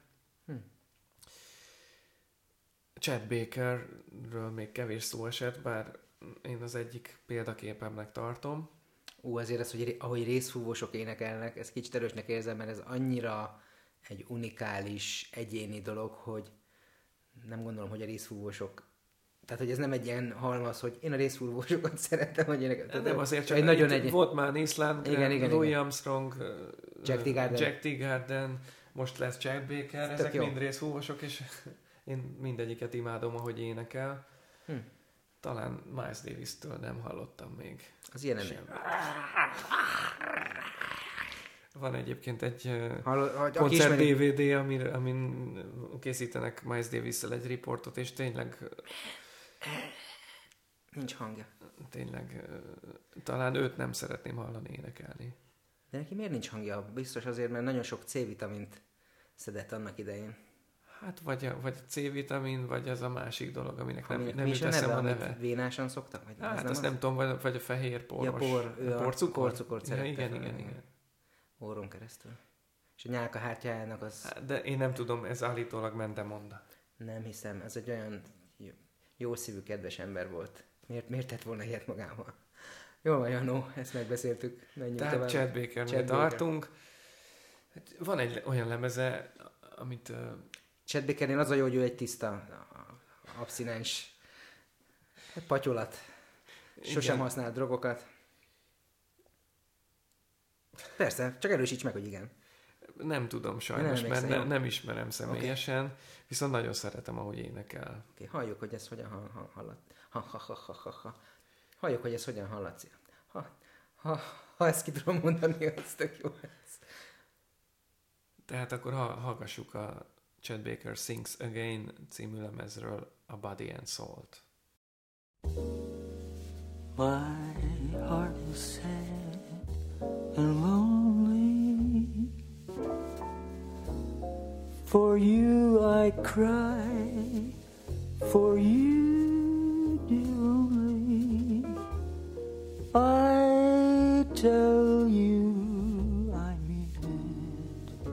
Chad Bakerről még kevés szó esett, bár én az egyik példaképemnek tartom. Azért ez, hogy ahogy részfúvósok énekelnek, ez kicsit erősnek érzem, mert ez annyira egy unikális, egyéni dolog, hogy nem gondolom, hogy a részfúvósok... Tehát, hogy ez nem egy ilyen halmaz, hogy én a részfúvósokat szeretem, hogy énekel. Nem azért, csak egy nagyon volt már Island, Louis Armstrong, Jack T. Garden, most lesz Chad Baker, ezek mind részfúvósok, és én mindegyiket imádom, ahogy énekel. Talán Miles Davis-től nem hallottam még. Az ilyen nem. Van egyébként egy koncert DVD, amin készítenek Miles Davis-szel egy riportot, és tényleg... Nincs hangja. Tényleg, talán őt nem szeretném hallani énekelni. De neki miért nincs hangja? Biztos azért, mert nagyon sok C-vitamint szedett annak idején. Hát vagy a C-vitamin, vagy az a másik dolog, aminek nem jut eszem a neve. Vénásan szoktak? Vagy hát azt nem tudom, vagy a fehér poros. Ja, porcukort szerette. Igen. Orron keresztül. És a nyálkahártyájának az... Hát, de én nem tudom, ez állítólag mendemonda. Nem hiszem, ez egy olyan jó szívű, kedves ember volt. Miért tett volna ilyet magával? Jó van, Janó, ezt megbeszéltük. Menjünk tehát tovább. Chad Bakernél tartunk. Van egy olyan lemeze, amit... Chad Bakernél az a jó, hogy ő egy tiszta, abszinens patyolat. Sosem használ drogokat. Persze, csak erősíts meg, hogy igen. Nem tudom sajnos, mert nem ismerem személyesen, viszont nagyon szeretem, ahogy énekel. Okay, halljuk, hogy ez hogyan halljuk, hogy ez hogyan hallatszik. Ha ezt ki tudom mondani, az tök jó lesz. Tehát akkor hallgassuk a Chad Baker Sings Again című lemezről a Body and Soul-t. My heart is sad and lonely. For you I cry, for you dear only. I tell you I mean it.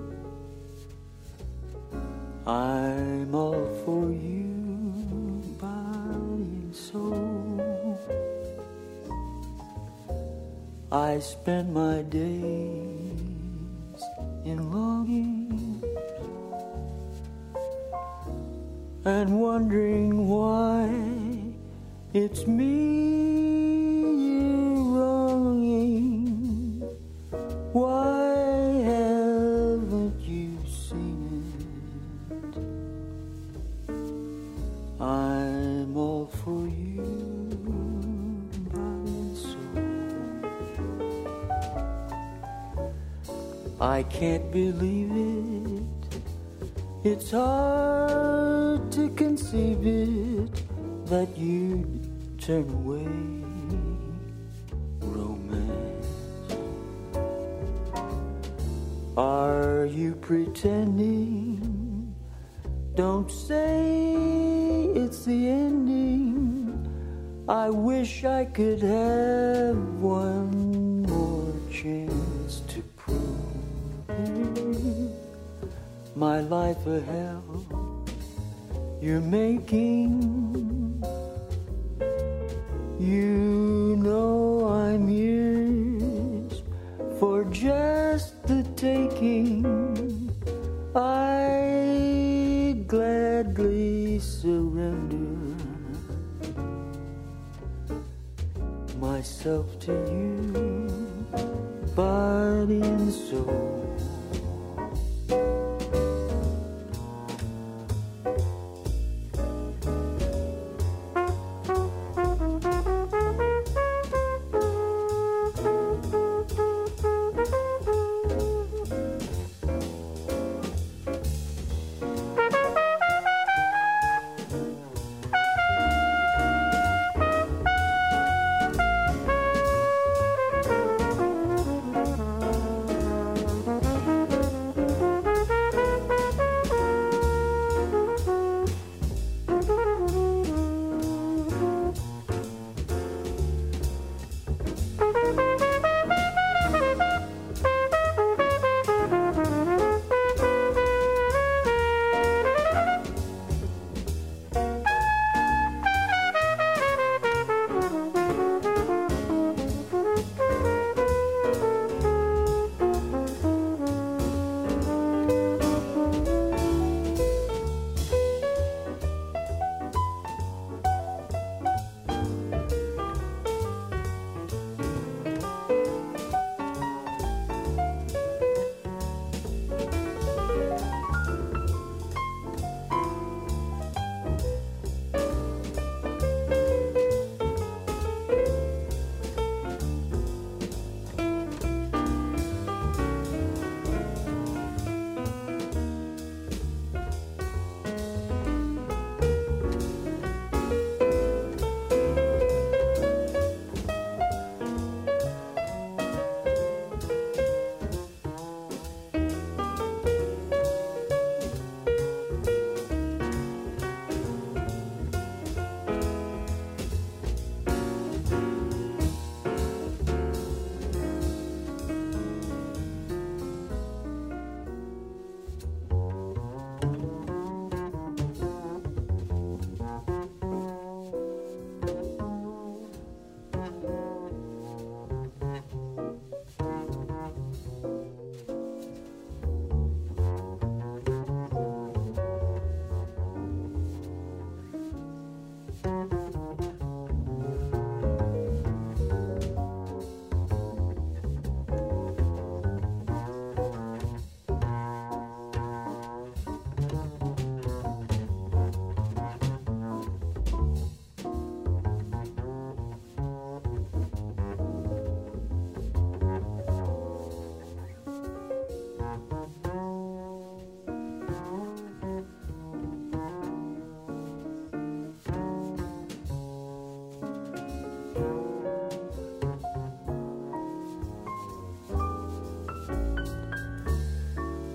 I'm all for you, body and soul. I spend my days in longing and wondering why it's me you're wronging. Why haven't you seen it? I'm all for you, body and soul. I can't believe it. It's hard to conceive it that you'd turn away romance. Are you pretending? Don't say it's the ending. I wish I could have one more chance to prove my life a hell you're making. You know I'm yours for just the taking. I'd gladly surrender myself to you, body and soul.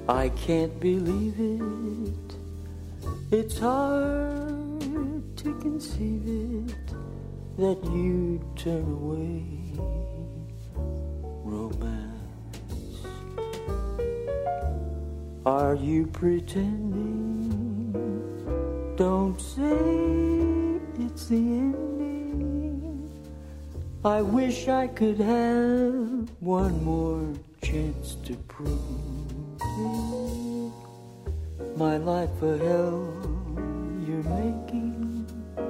I can't believe it. It's hard to conceive it that you turn away romance. Are you pretending? Don't say it's the ending. I wish I could have one more chance to prove my life a hell you're making.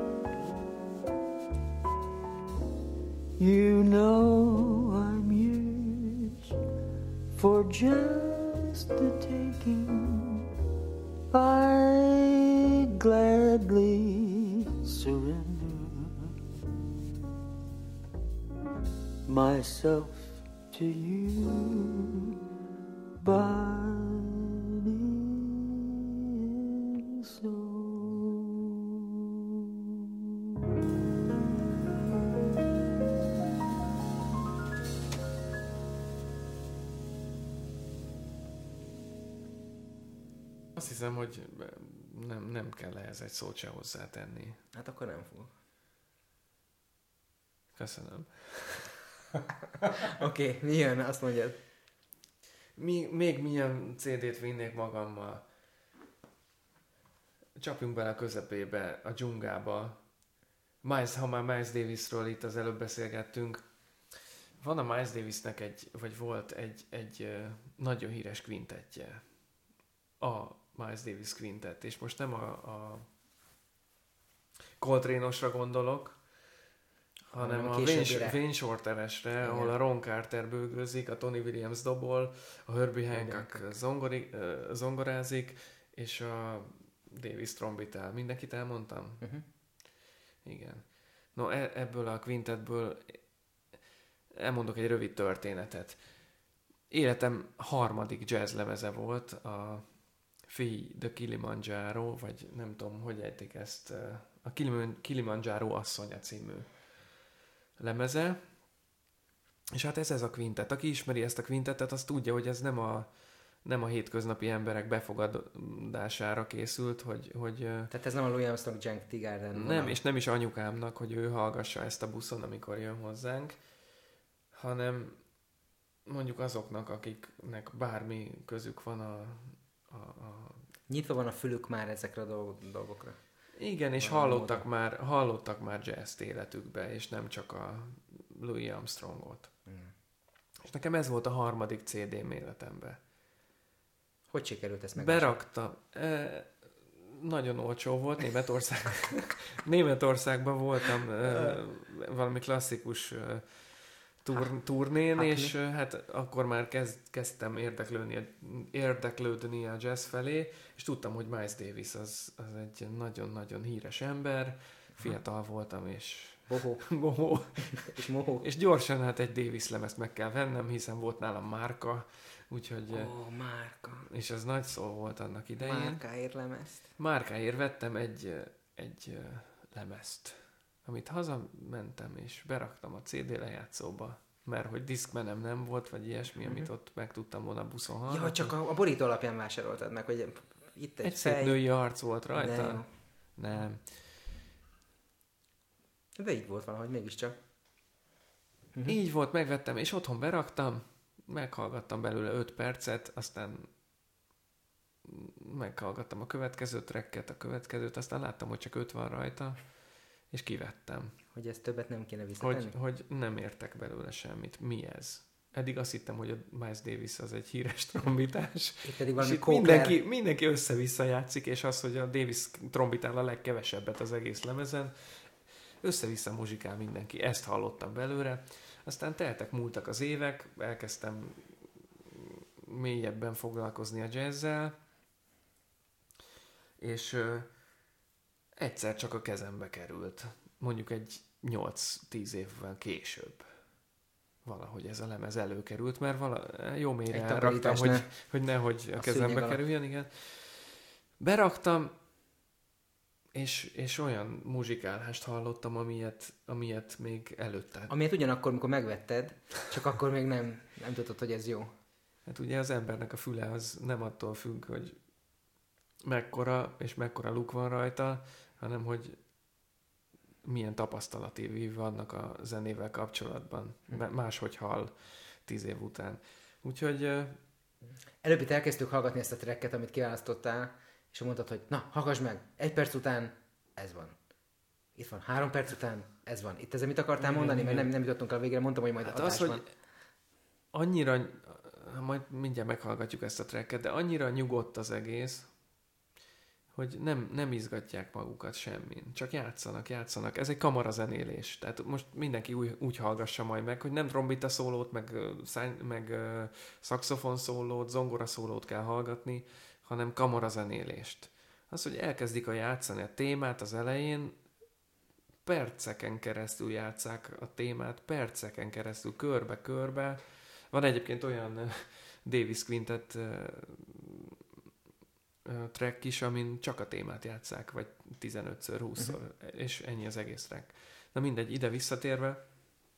You know I'm yours for just the taking. I'd gladly surrender myself to you, body and soul. Azt hiszem, hogy nem kell ehhez egy szót se hozzátenni. Hát akkor nem fog. Köszönöm. Oké, mi jön? Azt mondjad. Még milyen CD-t vinnék magammal? Csapjunk bele a közepébe, a dzsungába. Ha már Miles Davisről itt az előbb beszélgettünk, van a Miles Davisnek volt egy nagyon híres kvintettje. A Miles Davis kvintett, és most nem a Coltrane-osra gondolok, hanem a Wayne Shorter-esre, ahol a Ron Carter bőgőzik, a Tony Williams dobol, a Herbie Hancock zongorázik, és a Davis trombitál. Mindenkit elmondtam? Uh-huh. Igen. No, ebből a kvintetből elmondok egy rövid történetet. Életem harmadik jazz lemeze volt, a Fee the Kilimanjaro, vagy nem tudom, hogy ejtik ezt, a Kilimanjaro asszonya című lemeze. És hát ez a kvintet. Aki ismeri ezt a kvintetet, az tudja, hogy ez nem a hétköznapi emberek befogadására készült, hogy Tehát ez nem a Louis Armstrong Young Tea Garden. nem, és nem is anyukámnak, hogy ő hallgassa ezt a buszon, amikor jön hozzánk, hanem mondjuk azoknak, akiknek bármi közük van a Nyitva van a fülük már ezekre a dolgokra. Igen, és hallottak már jazz életükbe, és nem csak a Louis Armstrongot. És nekem ez volt a harmadik CD-m életemben. Hogy sikerült ezt meg? Beraktam. Nagyon olcsó volt, Németországban voltam valami klasszikus turnén, és hát akkor már kezdtem érdeklődni a jazz felé, és tudtam, hogy Miles Davis az egy nagyon-nagyon híres ember, fiatal voltam, és bohó. És mohó. És gyorsan hát egy Davis lemezt meg kell vennem, hiszen volt nálam márka, úgyhogy... márka. És az nagy szó volt annak idején. Márkáért lemezt. Márkáért vettem egy lemezt, amit hazamentem, és beraktam a CD lejátszóba, mert hogy diszkmenem nem volt, vagy ilyesmi, amit ott meg tudtam volna buszon hallani. Ja, csak a borító alapján vásároltad meg, hogy itt egy szép női arc volt rajta. Nem. De így volt valahogy mégiscsak. Így volt, megvettem, és otthon beraktam, meghallgattam belőle 5 percet, aztán meghallgattam a következő tracket, aztán láttam, hogy csak 5 van rajta, és kivettem. Hogy ezt többet nem kéne visszatenni? Hogy nem értek belőle semmit. Mi ez? Eddig azt hittem, hogy a Miles Davis az egy híres trombitás. Itt pedig valami mindenki össze-vissza játszik, és az, hogy a Davis trombitál a legkevesebbet az egész lemezen, össze-vissza muzsikál mindenki. Ezt hallottam belőle. Aztán múltak az évek, elkezdtem mélyebben foglalkozni a jazzzel, és egyszer csak a kezembe került. Mondjuk egy 8-10 évvel később. Valahogy ez a lemez előkerült, mert jó mélyre elraktam, hogy nehogy a kezembe kerüljön, igen. Beraktam, és olyan muzsikálást hallottam, amilyet még előtte. Amilyet ugyanakkor, amikor megvetted, csak akkor még nem tudtad, hogy ez jó. Hát ugye az embernek a füle az nem attól függ, hogy mekkora luk van rajta, hanem hogy milyen tapasztalati vannak a zenével kapcsolatban. Máshogy hall 10 év után. Úgyhogy... Előbb itt elkezdtük hallgatni ezt a tracket, amit kiválasztottál, és mondtad, hogy na, hallgass meg, 1 perc után ez van. Itt van, 3 perc után ez van. Itt ezzel mit akartál mondani? Mert nem jutottunk el végre, mondtam, hogy majd hát adás az, van. hogy annyira, majd mindjárt meghallgatjuk ezt a tracket, de annyira nyugodt az egész, hogy nem izgatják magukat semmin. Csak játszanak. Ez egy kamarazenélés. Tehát most mindenki úgy hallgassa majd meg, hogy nem trombita szólót, meg szaxofon szólót, zongora szólót kell hallgatni, hanem kamarazenélést. Az, hogy elkezdik játszani a témát az elején, perceken keresztül játsszák a témát, perceken keresztül, körbe-körbe. Van egyébként olyan Davis Quintet track is, amin csak a témát játsszák, vagy 15-ször, 20-szor, és ennyi az egész track. Na mindegy, ide visszatérve.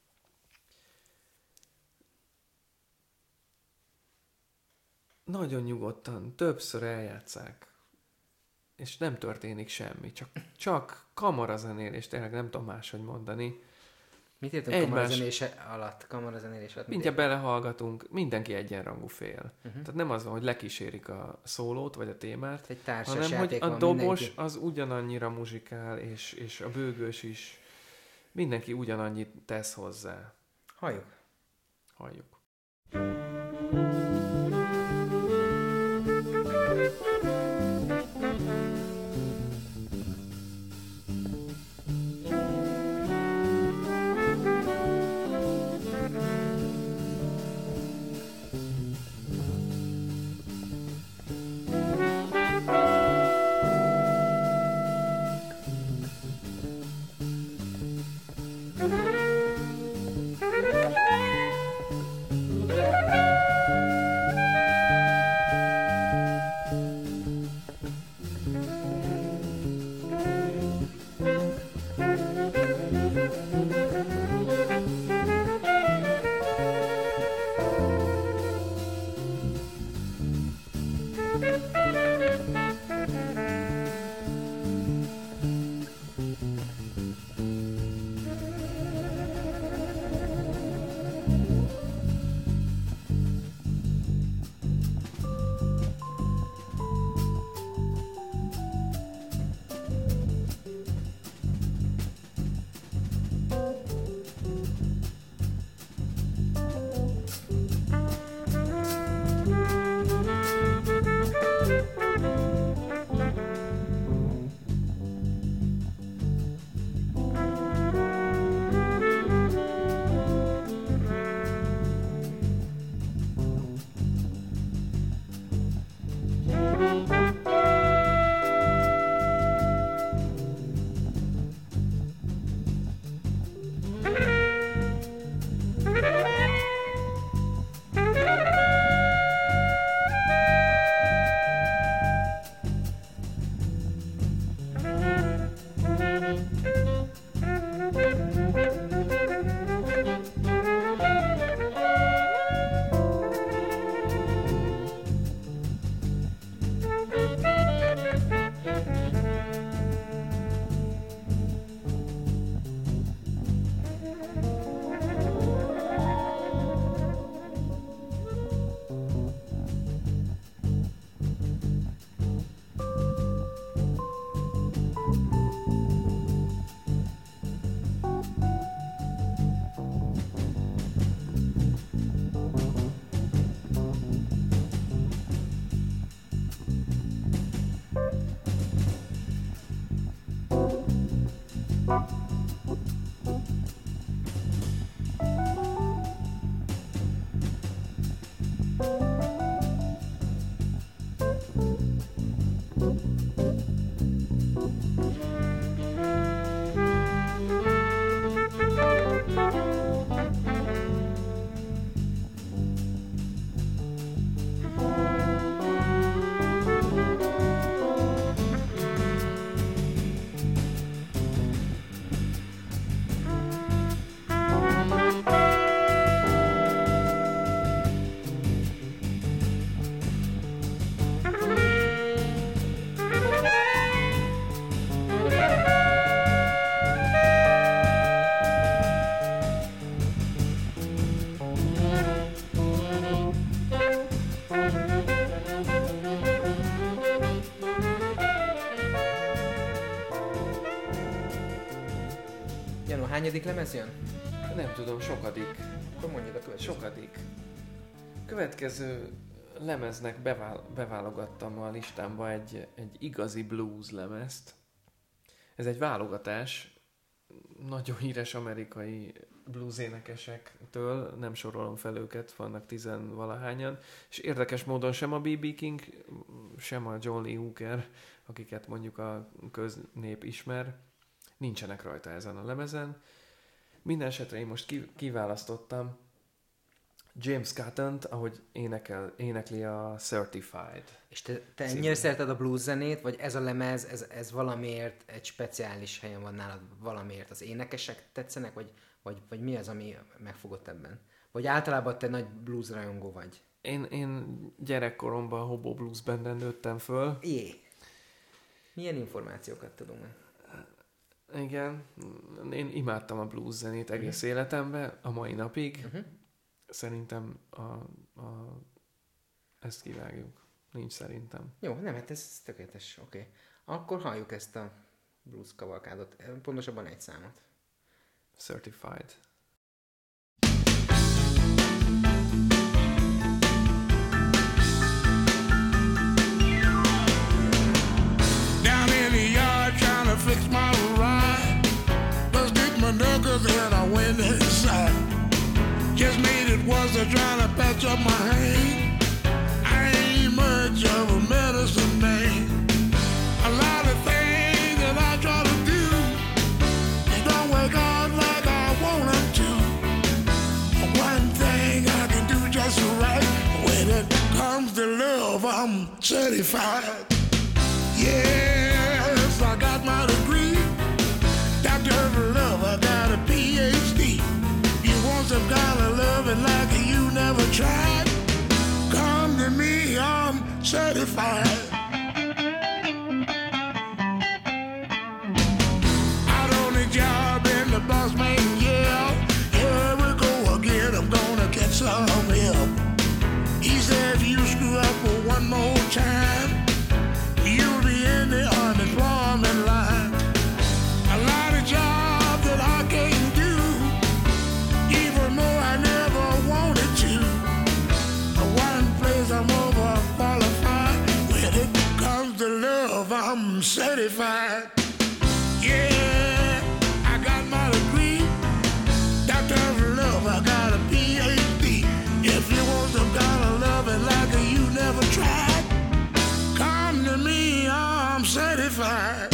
Nagyon nyugodtan, többször eljátsszák, és nem történik semmi, csak kamarazenélés, tényleg nem tudom máshogy mondani. Mit értünk kamarazenélés alatt? Mindjárt belehallgatunk, mindenki egyenrangú fél. Tehát nem az van, hogy lekísérik a szólót, vagy a témát, hanem hogy a dobos mindenki. Az ugyanannyira muzsikál, és a bőgős is. Mindenki ugyanannyit tesz hozzá. Halljuk. Hányadik lemez jön? Nem tudom, sokadik. Akkor mondjad a következő. Sokadik. Következő lemeznek beválogattam a listámba egy igazi blues lemezt. Ez egy válogatás nagyon híres amerikai blues énekesektől, nem sorolom fel őket, vannak 10-valahányan, és érdekes módon sem a B.B. King, sem a John Lee Hooker, akiket mondjuk a köznép ismer, nincsenek rajta ezen a lemezen. Minden esetre én most kiválasztottam James Cotton-t, ahogy énekli a Certified. És te ennyire szereted a blues zenét, vagy ez a lemez, ez valamiért egy speciális helyen van nálad, valamiért az énekesek tetszenek, vagy mi az, ami megfogott ebben? Vagy általában te nagy blues rajongó vagy? Én gyerekkoromban a Hobo Blues Banden nőttem föl. Milyen információkat tudunk meg? Igen, én imádtam a blues zenét egész életemben, a mai napig. Szerintem ezt kivágjuk. Nincs szerintem. Jó, nem, hát ez tökéletes, oké. Akkor halljuk ezt a blues kavalkádot, pontosabban egy számot. Certified. Down in the yard trying to fix my ride. Let's get my knuckles and I went inside. Just made it once, I'm trying to patch up my hand. I ain't much of a medicine man. A lot of things that I try to do, they don't work out like I want them to. One thing I can do just right, when it comes to love, I'm certified. Yes, I got my degree, Doctor of Love, I got a PhD. You want some kind of loving like you never tried? Come to me, I'm certified. Out on the job and the boss man yell, here we go again, I'm gonna get some help. He said if you screw up for one more time, you'll be in the unemployment line. A lot of jobs that I can't do, even though I never wanted to. One place I'm overqualified. When it comes to love, I'm certified. Yeah, I got my degree, Doctor of Love, I got a PhD. If you want some kind of loving like you never tried, come to me, I'm certified.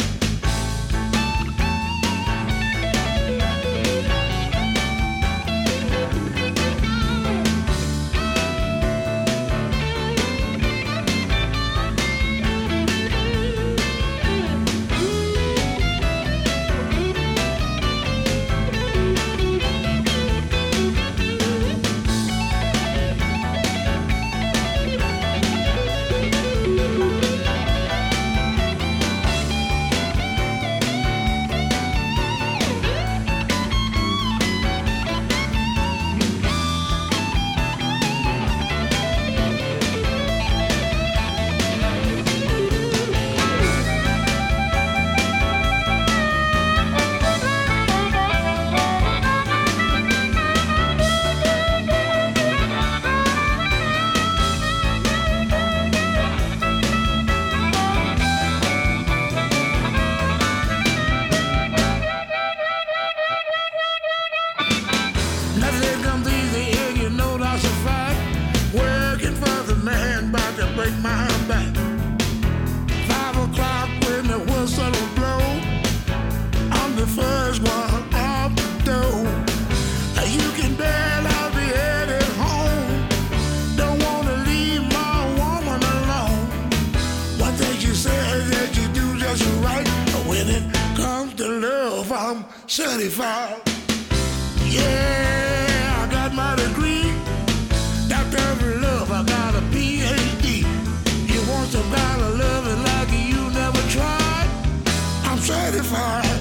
Nothing comes easy and you know that's a fact. Working for the man about to break my back. 5 o'clock when the whistle will blow, I'm the first one off the door. You can bet I'll be headed home. Don't wanna leave my woman alone. One thing she says that you do just right. When it comes to love, I'm certified. Yeah, I got my degree, Doctor of Love, I got a PhD. You want some kind of loving like you never tried? I'm certified.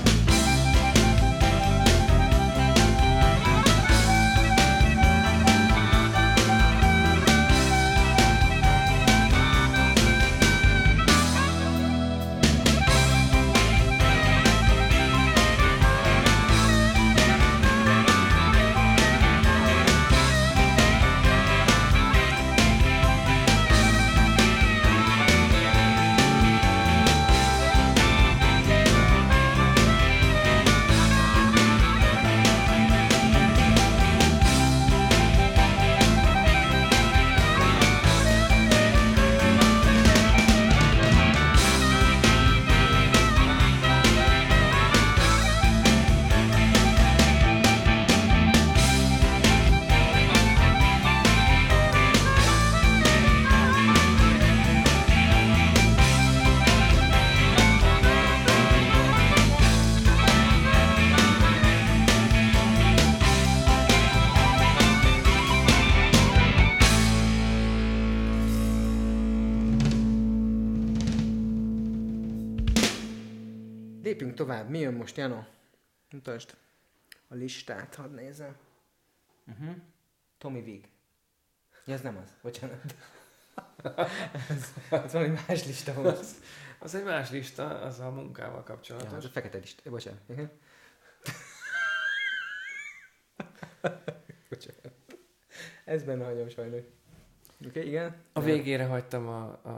lépjünk tovább. Mi jön most, Jano? Mutasd a listát, hadd nézem. Tommy Vig. Ja, ez nem az, bocsánat. ez valami más lista volt. Az egy más lista, az a munkával Ja, kapcsolatos. az a fekete lista. Bocsánat. Bocsánat. Ez benne hagyom sajnos. Oké, igen. A végére hagytam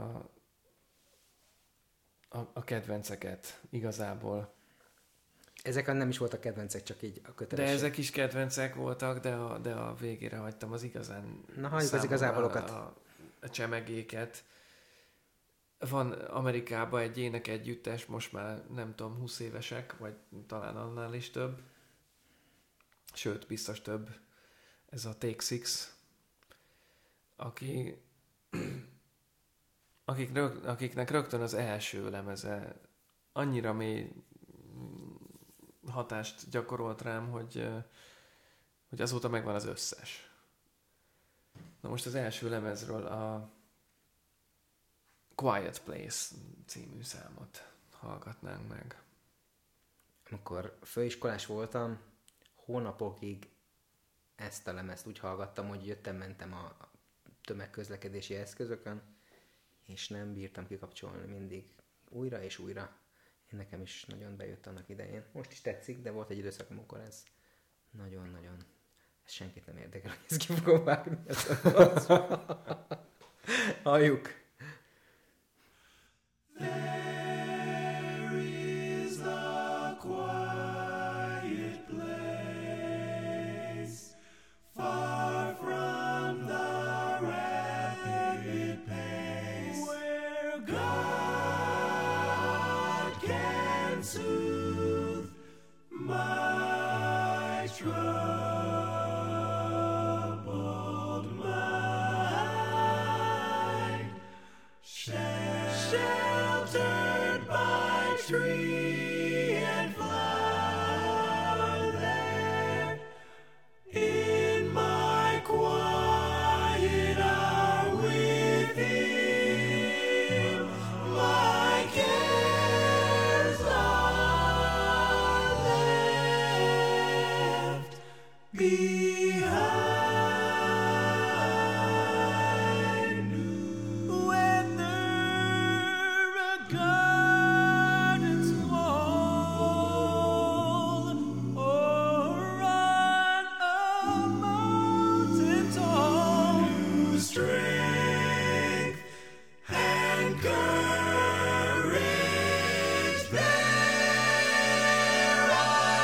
a kedvenceket igazából. Ezek nem is voltak kedvencek, csak így a De kötelesség. ezek is kedvencek voltak, de a végére hagytam az igazán Na, halljuk az számomra igazábolokat. a csemegéket. Van Amerikában egy énekegyüttes, most már nem tudom, 20 évesek, vagy talán annál is több. Sőt, biztos több. Ez a Take Six, akiknek rögtön az első lemeze annyira mély hatást gyakorolt rám, hogy azóta megvan az összes. Na most az első lemezről a Quiet Place című számot hallgatnánk meg. Amikor főiskolás voltam, hónapokig ezt a lemezt úgy hallgattam, hogy jöttem-mentem a tömegközlekedési eszközökön, és nem bírtam kikapcsolni mindig újra és újra. Én nekem is nagyon bejött annak idején. Most is tetszik, de volt egy időszak, amikor ez nagyon-nagyon... Ez senkit nem érdekel, hogy ezt ki fogom vágni. Halljuk! There is a quiet place far from the rapid pace where God can soothe my troubled mind. Sheltered by tree and flower there, in my quiet hour with Him, my cares are left behind. Whether a garden small or on a mountain tall, new strength and courage there I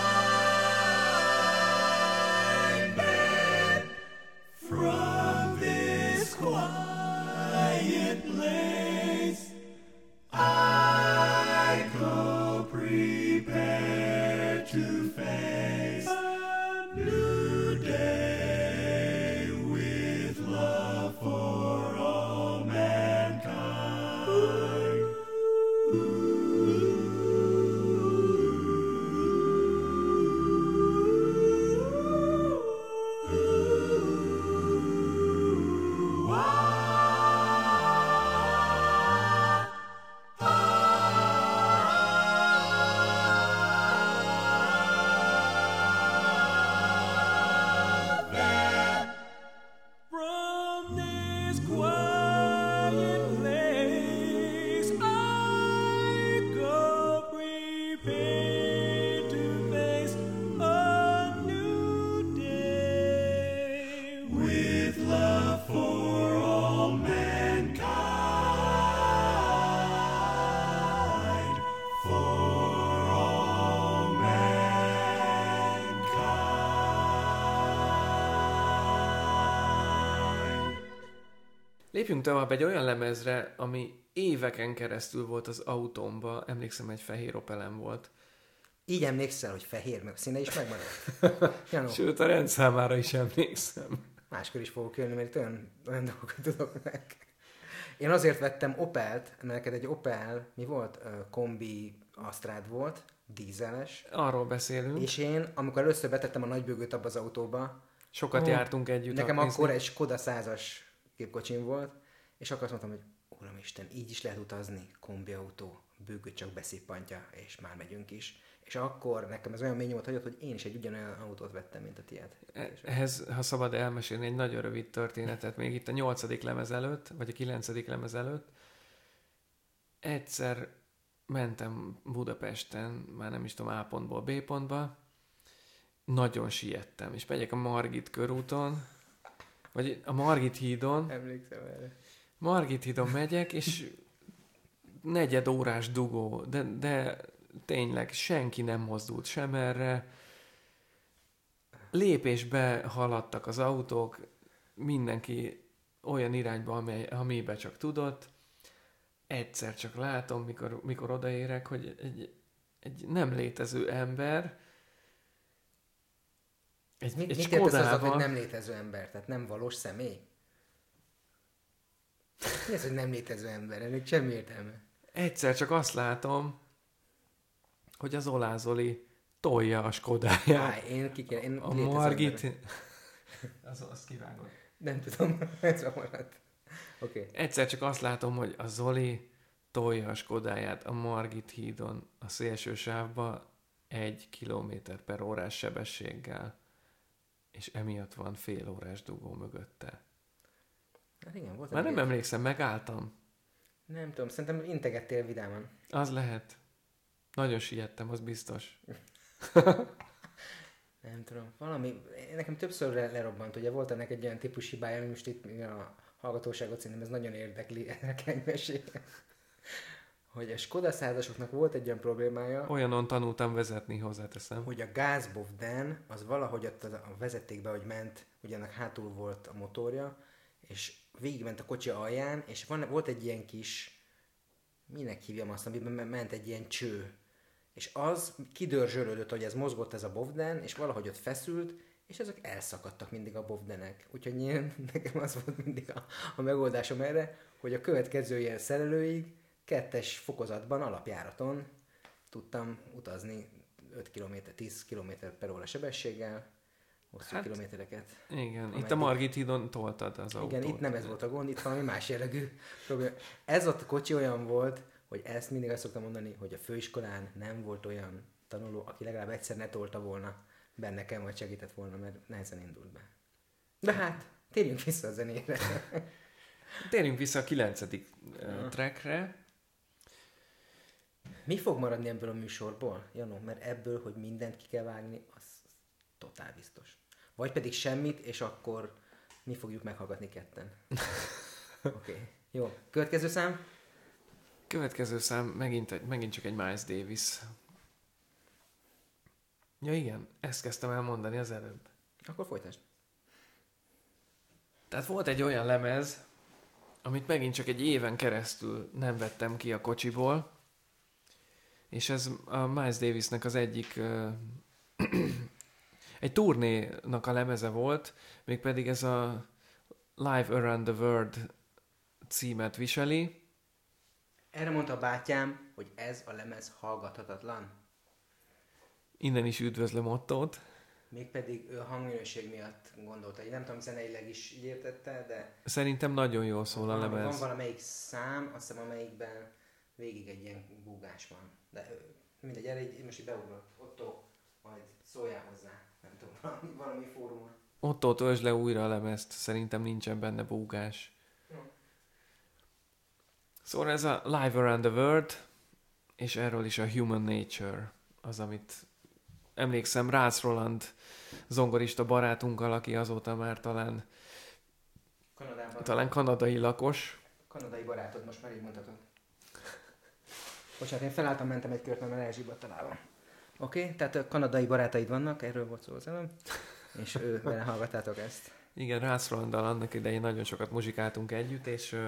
find that from this quiet place I go prepared to face a new day with love for all mankind. From this quiet place I go prepared to face a new day with love for all mankind, for all mankind. Lépjünk tovább egy olyan lemezre, ami éveken keresztül volt az autómba. Emlékszem, egy fehér Opelem volt. Így emlékszel, hogy fehér, meg a színe is megmaradt. Jano, Sőt, a rendszámára is emlékszem. máskor is fogok jönni, mert itt olyan dolgokat tudok meg. Én azért vettem Opelt, mert neked egy Opel, mi volt? Kombi Astrád volt, dízeles. Arról beszélünk. És én, amikor először betettem a nagybőgőt abba az autóba, Sokat jártunk együtt. nekem nézni. akkor egy Skoda 100-as képkocsim volt, és akkor azt mondtam, hogy Uramisten, így is lehet utazni, kombiautó, bőgőt csak beszippantja, és már megyünk is. És akkor nekem ez olyan mély nyomot hagyott, hogy én is egy ugyanolyan autót vettem, mint a tiéd. Ehhez, ha szabad elmesélni egy nagyon rövid történetet, még itt a 8. lemez előtt, vagy a 9. lemez előtt, egyszer mentem Budapesten, már nem is tudom, A pontból B pontba, nagyon siettem, és megyek a Margit körúton, vagy a Margit hídon. Emlékszem erre. Margit hídon megyek, és 4 órás dugó, de tényleg senki nem mozdult sem erre. Lépésbe haladtak az autók, mindenki olyan irányba, amibe csak tudott. Egyszer csak látom, mikor odaérek, hogy egy nem létező ember Mit értesz azzal, hogy nem létező ember? Tehát nem valós személy? Mi ez, hogy nem létező ember? Ennek semmi értelme. Egyszer csak azt látom, hogy az Olá Zoli tolja a Skodáját. Én a Margit... Azt kivágod. Nem tudom, ez a maradt. Okay. Egyszer csak azt látom, hogy a Zoli tolja a Skodáját a Margit hídon a szélső sávba 1 km/h sebességgel, és emiatt van fél órás dugó mögötte. Hát igen, volt. Már nem emlékszem, megálltam. Nem tudom, szerintem integettél vidáman. Az lehet. Nagyon siettem, az biztos. Nem tudom, valami, nekem többször lerobbant, ugye volt ennek egy olyan típus hibája, ami most itt a hallgatóságot szerintem ez nagyon érdekli, erre kell mesélni. Hogy a Skoda százasoknak volt egy olyan problémája. Olyanon tanultam vezetni, hozzáteszem. Hogy a gázbovden, az valahogy ott a vezetékbe, hogy ment, ugye ennek hátul volt a motorja, és végigment a kocsi alján, és volt egy ilyen kis, minek hívjam azt, amiben ment egy ilyen cső. És az kidörzsölődött, hogy ez mozgott ez a bovden, és valahogy ott feszült, és ezek elszakadtak mindig a bovdenek. Úgyhogy nekem az volt mindig a megoldásom erre, hogy a következő ilyen szerelőig 2. fokozatban, alapjáraton tudtam utazni 5 km, 10 km/h sebességgel, hosszú kilométereket. Igen, itt a Margit hídon toltad az autót. Igen, itt nem ez volt a gond, itt valami más jellegű probléma. Ez ott a kocsi olyan volt, hogy ezt mindig azt szoktam mondani, hogy a főiskolán nem volt olyan tanuló, aki legalább egyszer ne tolta volna be nekem, vagy segített volna, mert nehezen indult be. De hát, térjünk vissza a zenére. Térjünk vissza a 9. trackre. Mi fog maradni ebből a műsorból, Janó? Mert ebből, hogy mindent ki kell vágni, az totál biztos. Vagy pedig semmit, és akkor mi fogjuk meghallgatni ketten. Oké. Jó. Következő szám? Következő szám megint csak egy Miles Davis. Ja igen, ezt kezdtem elmondani az előbb. Akkor folytasd. Tehát volt egy olyan lemez, amit megint csak egy éven keresztül nem vettem ki a kocsiból, és ez a Miles Davisnek az egyik egy turnénak a lemeze volt, mégpedig ez a Live Around the World címet viseli. Erre mondta a bátyám, hogy ez a lemez hallgathatatlan. Innen is üdvözlöm Ottót. Mégpedig ő a hangminőség miatt gondolta. Én nem tudom, zeneileg is így értette, de... Szerintem nagyon jól szól a lemez. Van valamelyik szám, azt hiszem amelyikben végig egy ilyen búgás van. De mindegy, erre én most így beugrok. Otto, majd szóljál hozzá. Nem tudom, valami fórumon. Otto, töltsd le újra a lemezt. Szerintem nincsen benne búgás. Szóval ez a Live Around the World, és erről is a Human Nature, az, amit emlékszem Rácz Roland zongorista barátunkkal, aki azóta már talán kanadai lakos. Kanadai barátod, most már így mondhatod. Bocsánat, én felálltam, mentem egy kört, mert elzsibbadt találva. Oké, tehát a kanadai barátaid vannak, erről volt szó az előbb, és vele hallgattátok ezt. Igen, Rácz Rolanddal annak idején nagyon sokat muzsikáltunk együtt,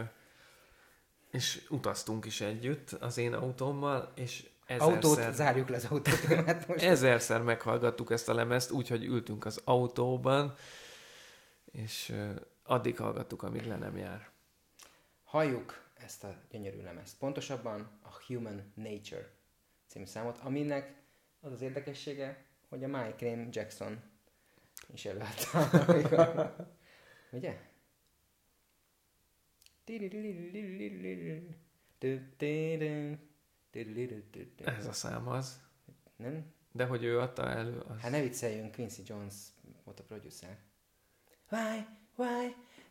és utaztunk is együtt az én autómmal, és autót, zárjuk le az autót. Most. Ezerszer meghallgattuk ezt a lemezt, úgyhogy ültünk az autóban, és addig hallgattuk, amíg le nem jár. Halljuk ezt a gyönyörű lemezt. Pontosabban a Human Nature című számot, aminek az az érdekessége, hogy a Michael Jackson is előadta. Ugye? Ez a szám az. Nem? De hogy ő adta elő, az... Hát ne vicceljünk, Quincy Jones volt a producer. Why,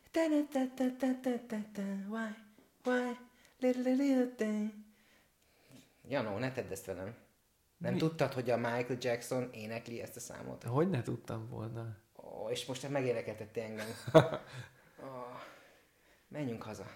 why, little thing. Janó, ne tedd ezt velem. Nem tudtad, hogy a Michael Jackson énekli ezt a számot? Hogy ne tudtam volna? Ó, és most megérekeltettél engem. Menjünk haza.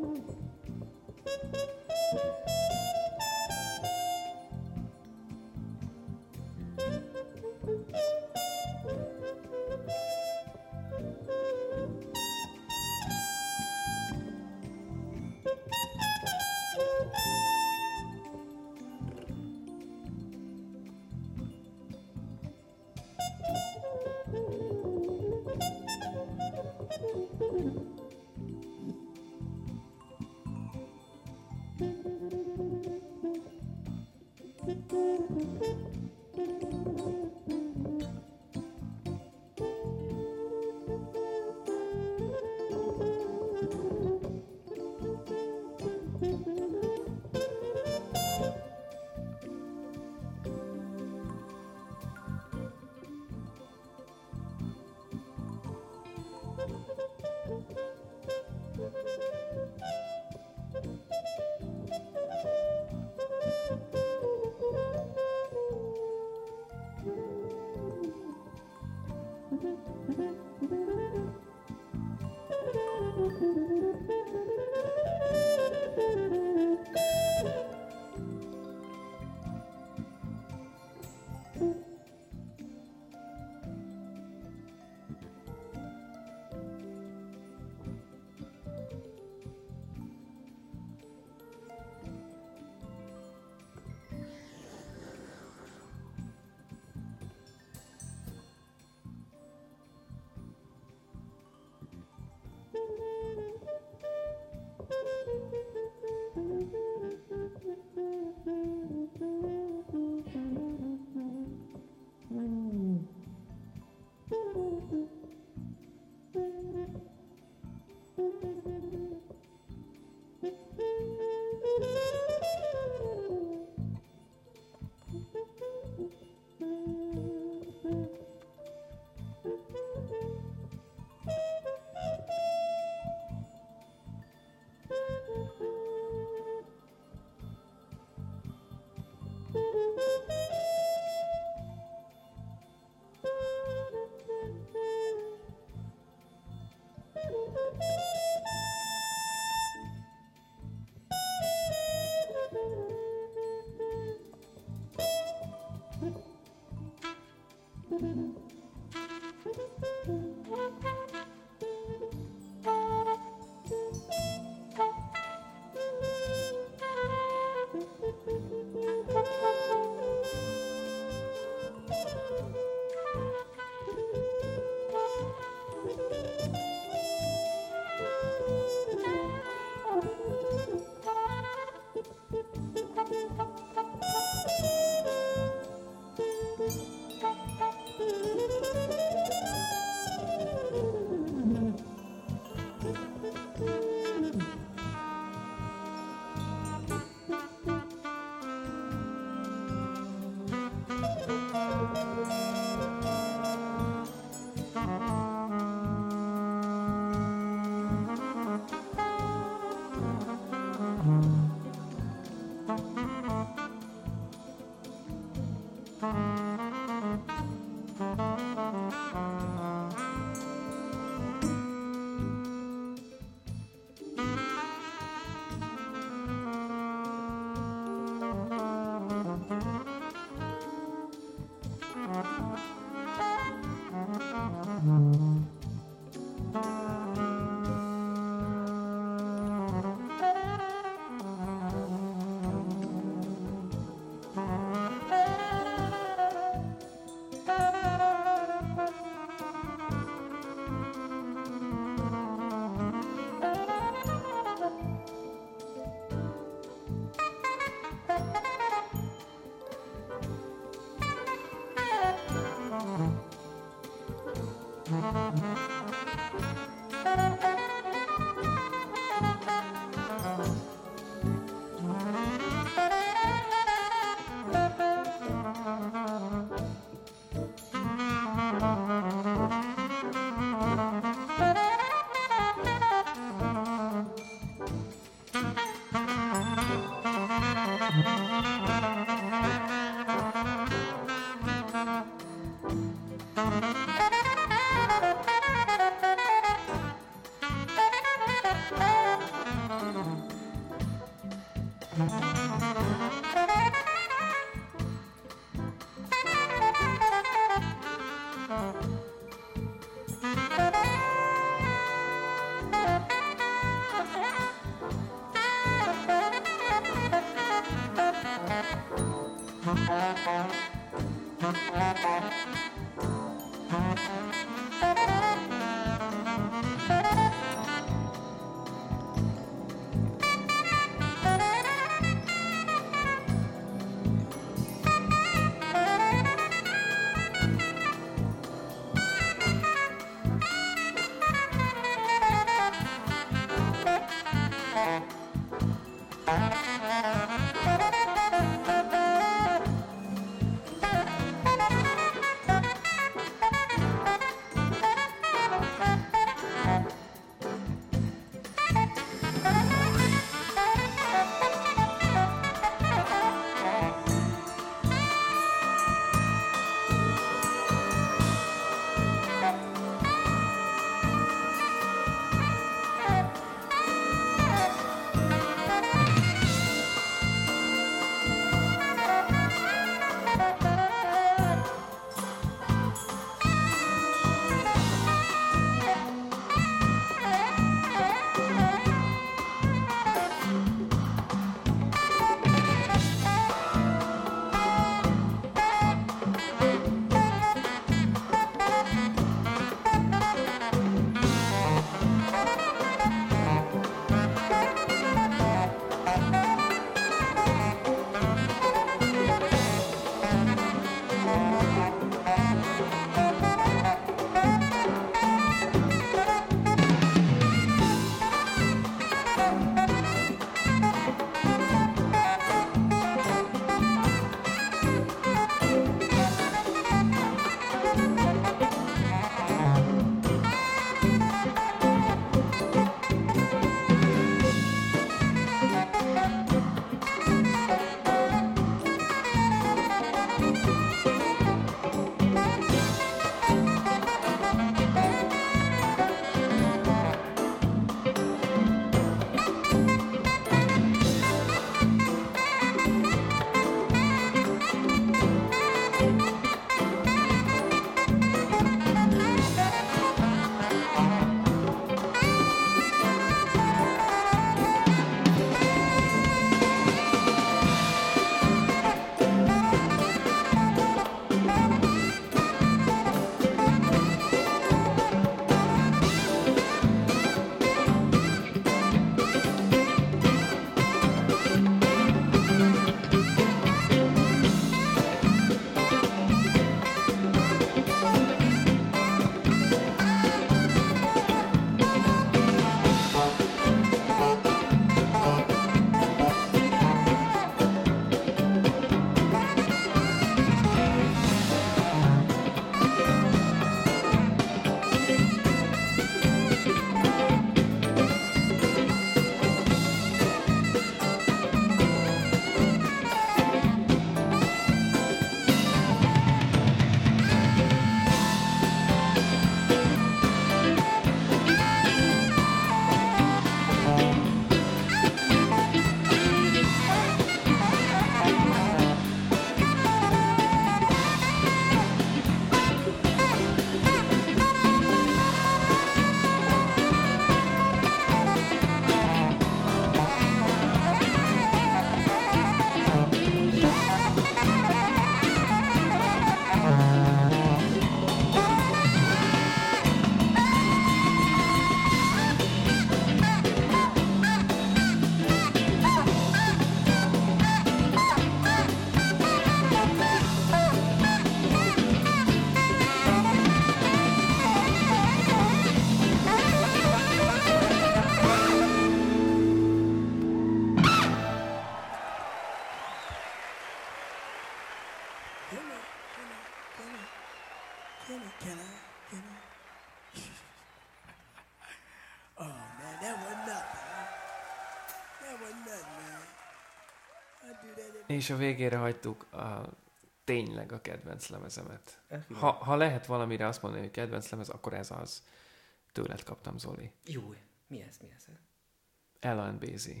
És a végére hagytuk tényleg a kedvenc lemezemet. Ha lehet valamire azt mondani, hogy kedvenc lemez, akkor ez az. Tőled kaptam, Zoli. Jó, mi ez? Ella and Basie.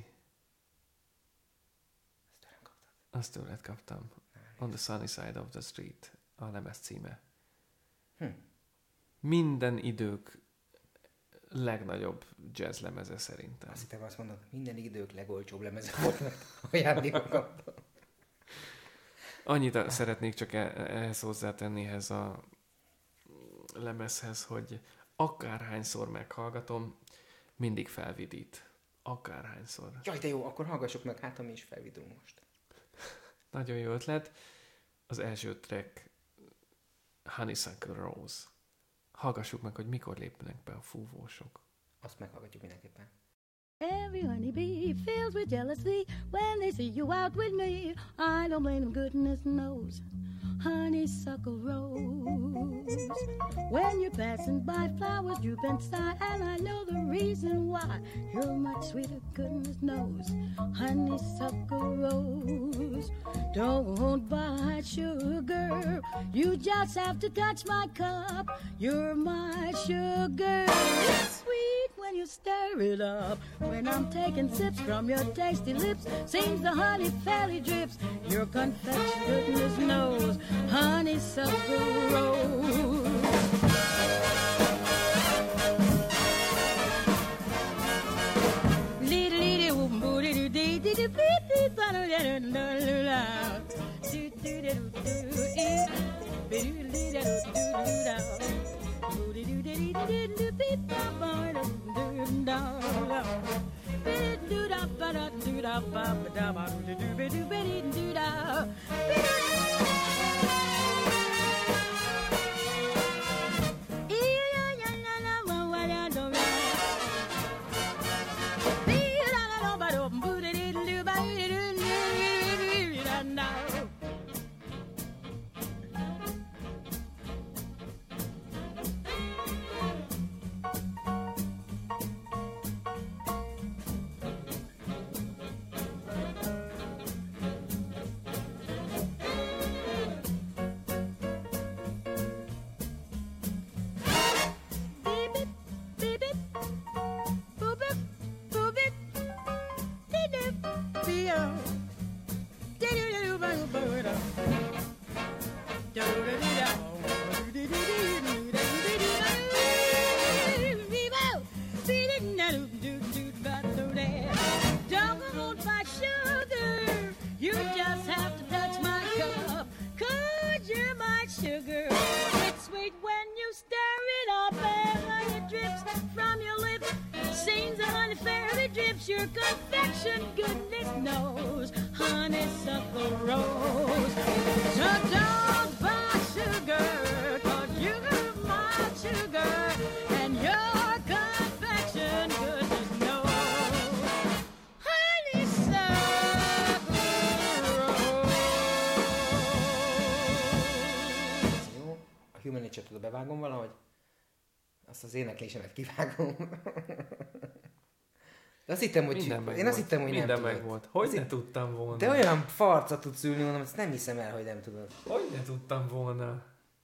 Azt tőled kaptam. On the Sunny Side of the Street. A lemez címe. Minden idők legnagyobb jazz lemeze szerintem. Azt hittem azt mondod, minden idők legolcsóbb lemeze volt, mert ajándékot kaptam. Annyit szeretnék csak ehhez hozzátenni, ehhez a lemezhez, hogy akárhányszor meghallgatom, mindig felvidít. Akárhányszor. Jaj, de jó, akkor hallgassuk meg, hát ha mi is felvidulunk most. Nagyon jó ötlet. Az első track Honeysuckle Rose. Hallgassuk meg, hogy mikor lépnek be a fúvósok. Azt meghallgatjuk mindenképpen. Every honeybee fills with jealousy when they see you out with me. I don't blame them, goodness knows. Honeysuckle rose. When you're passing by, flowers droop and sigh, and I know the reason why. You're much sweeter, goodness knows. Honeysuckle rose. Don't buy sugar. You just have to touch my cup. You're my sugar. It's sweet when you stir it up. When I'm taking sips from your tasty lips, seems the honey fairly drips. Your confection, goodness knows. Honeysuckle rose. Your confection, goodness knows, honeysuckle rose. So don't buy sugar, 'cause you're my sugar, and your confection, goodness knows, honeysuckle rose. Jó, a Human Nature-t oda bevágom valahogy, azt az éneklésemet kivágom. De azt hittem, hogy minden meg volt. Hogy ne tudtam volna? De olyan farca tudsz ülni, mondom, ezt nem hiszem el, hogy nem tudod. Hogy ne tudtam volna?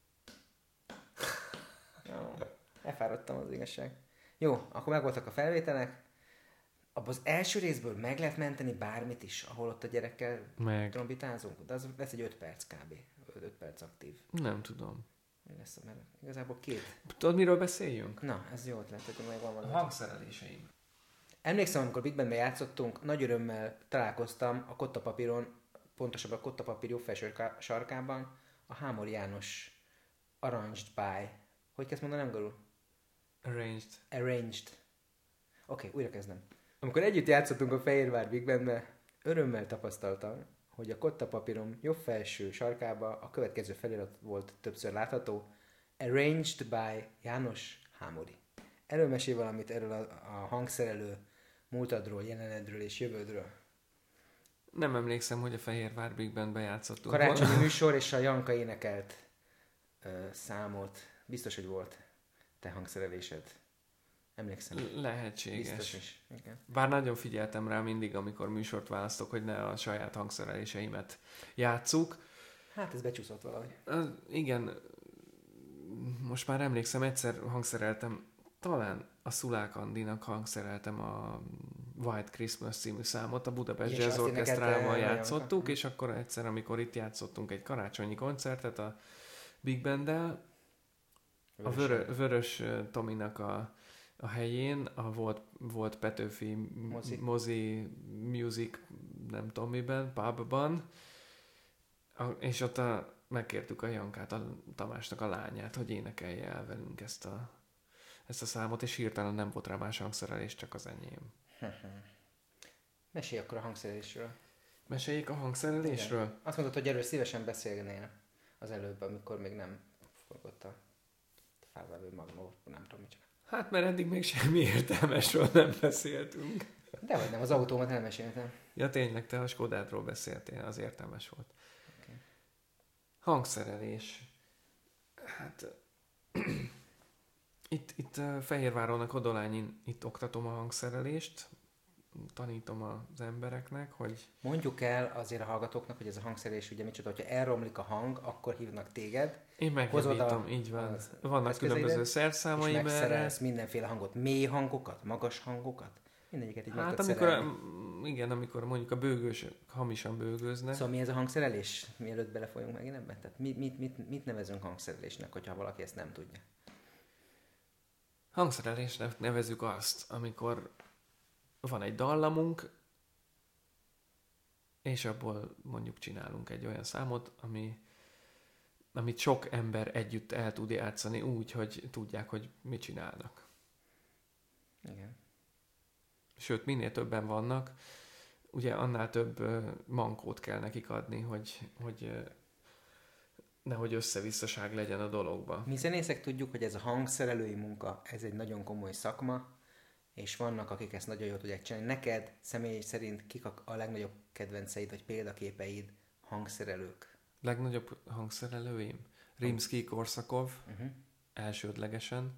Jó, elfáradtam az igazság. Jó, akkor megvoltak a felvételek. Abban az első részből meg lehet menteni bármit is, ahol ott a gyerekkel trombitázunk. De az lesz egy 5 perc kb. 5 perc aktív. Nem tudom. Mi lesz, mert igazából 2. Tudod, miről beszéljünk? Na, ez jó ötlet, hogy megvan valami. A hangszereléseim. Emlékszem, amikor Big Bandben játszottunk, nagy örömmel találkoztam a kottapapíron, pontosabban a kottapapír jobb felső sarkában, a Hámor János Arranged by. Hogy kezd mondani angolul? Arranged. Oké, újra kezdem. Amikor együtt játszottunk a Fehérvár Big Bandben, örömmel tapasztaltam, hogy a kottapapírom jobb felső sarkában a következő felirat volt többször látható: Arranged by János Hámori. Erről mesél valamit, erről a hangszerelő múltadról, jelenedről és jövődről. Nem emlékszem, hogy a Fehérvár Big Bandben játszottunk. Karácsonyi műsor és a Janka énekelt számot. Biztos, hogy volt te hangszerelésed. Emlékszem. Lehetséges. Biztos is. Igen. Bár nagyon figyeltem rá mindig, amikor műsort választok, hogy ne a saját hangszereléseimet játsszuk. Hát ez becsúszott valahogy. Igen, most már emlékszem, egyszer hangszereltem, talán a Szulák Andinak hangszereltem a White Christmas című számot, a Budapest Jazz Orchestrával játszottuk, és akkor egyszer, amikor itt játszottunk egy karácsonyi koncertet a Big Banddel, a Vörös Tominak a helyén, volt Petőfi mozi music, nem tudom miben, pubban, és ott megkértük a Jankát, a Tamásnak a lányát, hogy énekelje el velünk ezt a számot, és hirtelen nem volt rá más hangszerelés, csak az enyém. Mesélj akkor a hangszerelésről. Meséljék a hangszerelésről? Igen. Azt mondod, hogy erről szívesen beszélnél az előbb, amikor még nem forgott a felvevő magnó, nem tudom micsoda. Hát, mert eddig még semmi értelmesről nem beszéltünk. Dehogy nem, az autómat nem meséltem. Ja, tényleg, te a Skodádról beszéltél, az értelmes volt. Okay. Hangszerelés. Hát... Itt Fehérváron a Kodolányin itt oktatom a hangszerelést, tanítom az embereknek, hogy... Mondjuk el azért a hallgatóknak, hogy ez a hangszerelés ugye micsoda, hogyha elromlik a hang, akkor hívnak téged. Én megjavítom, így van. Vannak különböző szerszámaim erre. És megszerelsz mindenféle hangot, mély hangokat, magas hangokat, mindegyiket így meg hát tudod amikor mondjuk a bőgősök hamisan bőgőznek. Szóval mi ez a hangszerelés? Mielőtt belefolyunk megint ebben? Tehát mit nevezünk hangszerelésnek, hogyha valaki ezt nem tudja? Hangszerelésnek nevezzük azt, amikor van egy dallamunk, és abból mondjuk csinálunk egy olyan számot, amit sok ember együtt el tud játszani úgy, hogy tudják, hogy mit csinálnak. Igen. Sőt, minél többen vannak, ugye annál több mankót kell nekik adni, hogy nehogy összevisszaság legyen a dologba. Mi zenészek tudjuk, hogy ez a hangszerelői munka, ez egy nagyon komoly szakma, és vannak, akik ezt nagyon jól tudják csinálni. Neked személy szerint kik a legnagyobb kedvenceid, vagy példaképeid hangszerelők? Legnagyobb hangszerelőim? Rimsky-Korsakov, elsődlegesen.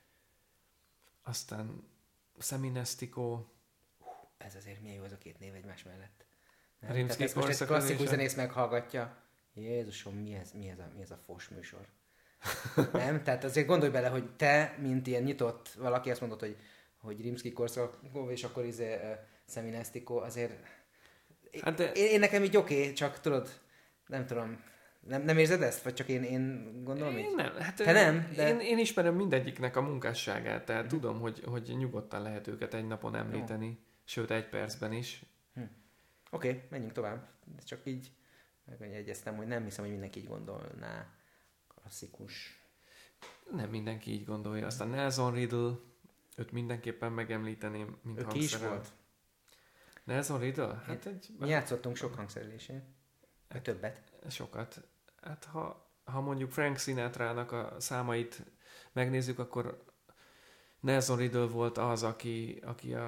Aztán Seminestico. Ez azért milyen jó ez a két név egymás mellett. Rimsky-Korsakov. Most egy klasszikus zenész meghallgatja. Jézusom, mi ez a fos műsor? Nem? Tehát azért gondolj bele, hogy te, mint ilyen nyitott, valaki azt mondod, hogy Rimsky-Korsakov, és akkor Seminestico, azért... Hát én nekem így oké, csak tudod, nem tudom, nem érzed ezt? Vagy csak én gondolom így? Nem, hát te nem, de... én ismerem mindegyiknek a munkásságát, tehát tudom, hogy nyugodtan lehet őket egy napon említeni, sőt egy percben is. Oké, menjünk tovább. De csak így megjegyeztem, hogy nem hiszem, hogy mindenki így gondolná. Klasszikus. Nem mindenki így gondolja. Aztán Nelson Riddle, őt mindenképpen megemlíteném, mint hangszerelő. Ki is volt? Nelson Riddle? Hát mi játszottunk sok hangszerelésén. Vagy többet. Sokat. Hát ha mondjuk Frank Sinatrának a számait megnézzük, akkor Nelson Riddle volt az, aki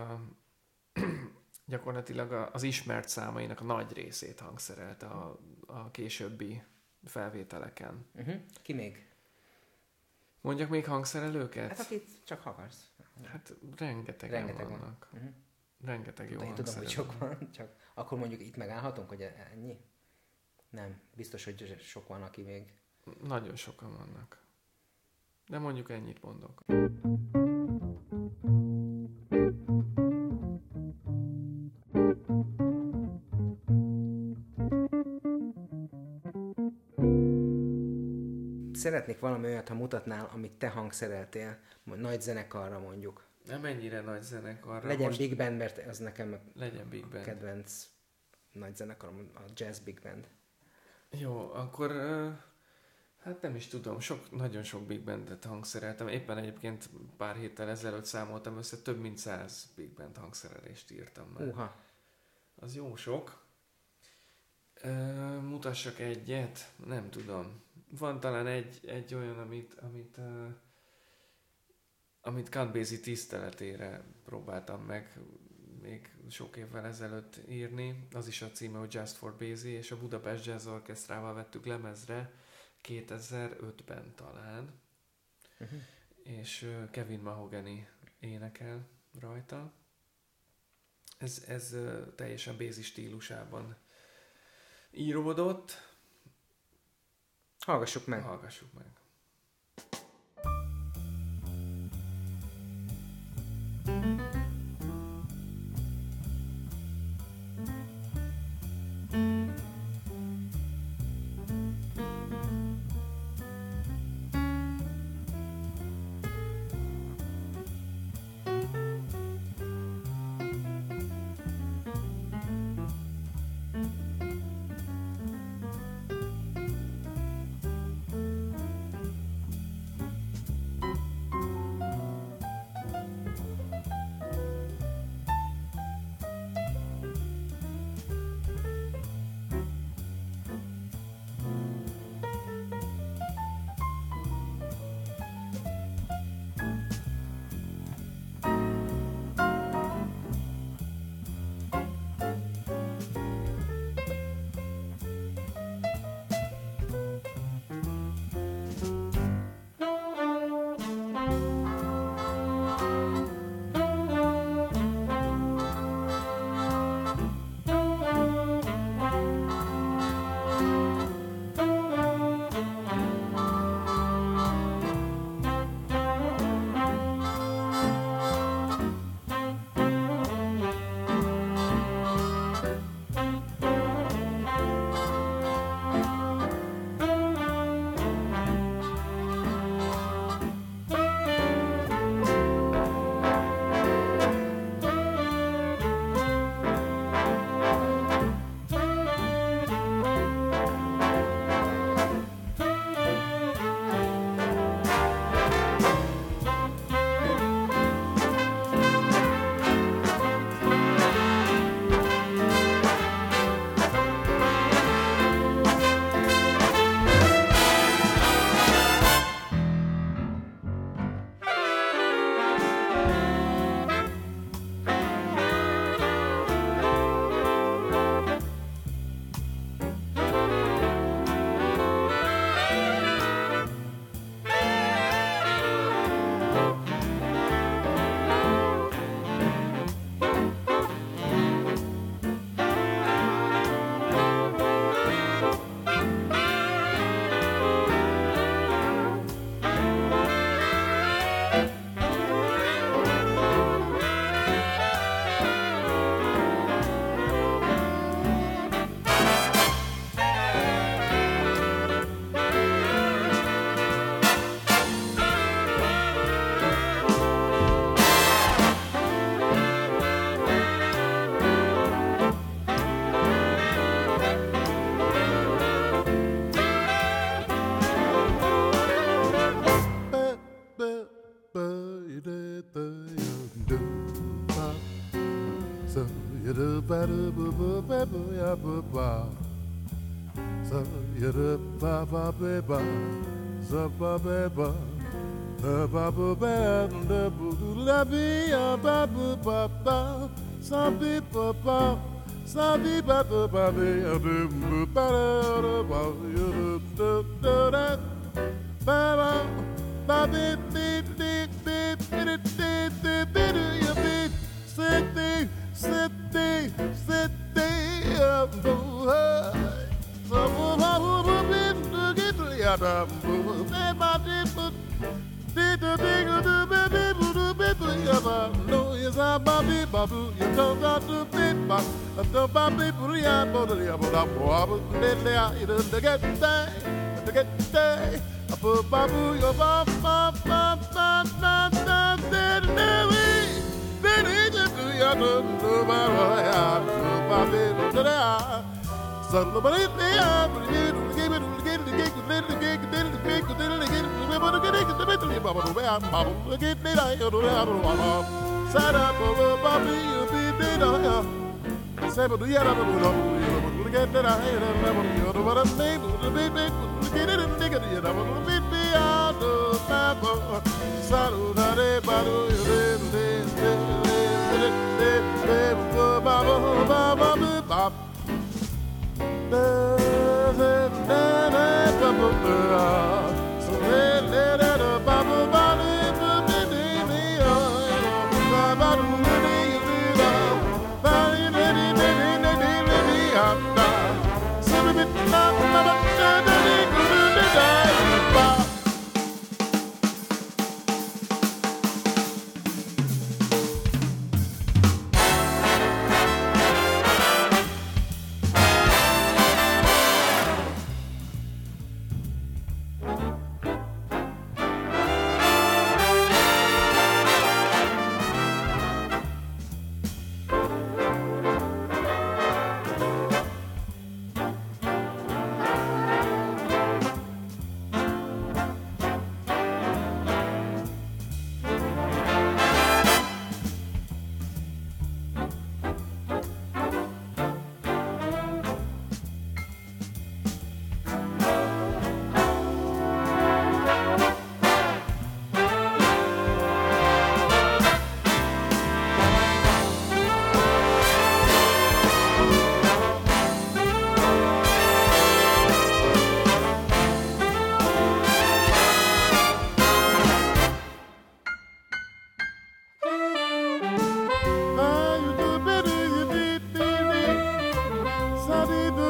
gyakorlatilag az ismert számainak a nagy részét hangszerelte a későbbi felvételeken. Ki még? Mondjak még hangszerelőket? Hát akit csak akarsz. Hát rengeteg vannak. Rengeteg jó hangszerelő. Én tudom, hogy sok van, csak akkor mondjuk itt megállhatunk, hogy ennyi? Nem, biztos, hogy sok van, aki még... Nagyon sokan vannak. De mondjuk ennyit mondok. Szeretnék valami olyat, ha mutatnál, amit te hangszereltél, nagy zenekarra mondjuk. Nem ennyire nagy zenekarra. Legyen most... Big Band, mert az nekem legyen Big Band. Kedvenc nagy zenekarom, a Jazz Big Band. Jó, akkor hát nem is tudom, nagyon sok Big Bandet hangszereltem. Éppen egyébként pár héttel ezelőtt számoltam össze, több mint 100 Big Band hangszerelést írtam már. Az jó sok. Mutassak egyet? Nem tudom. Van talán egy olyan, amit Count Basie tiszteletére próbáltam meg még sok évvel ezelőtt írni. Az is a címe, hogy Just for Basie, és a Budapest Jazz Orchestrával vettük lemezre 2005-ben talán. És Kevin Mahogany énekel rajta. Ez teljesen Basie stílusában íródott. Hallgassuk meg. Hallgassuk meg.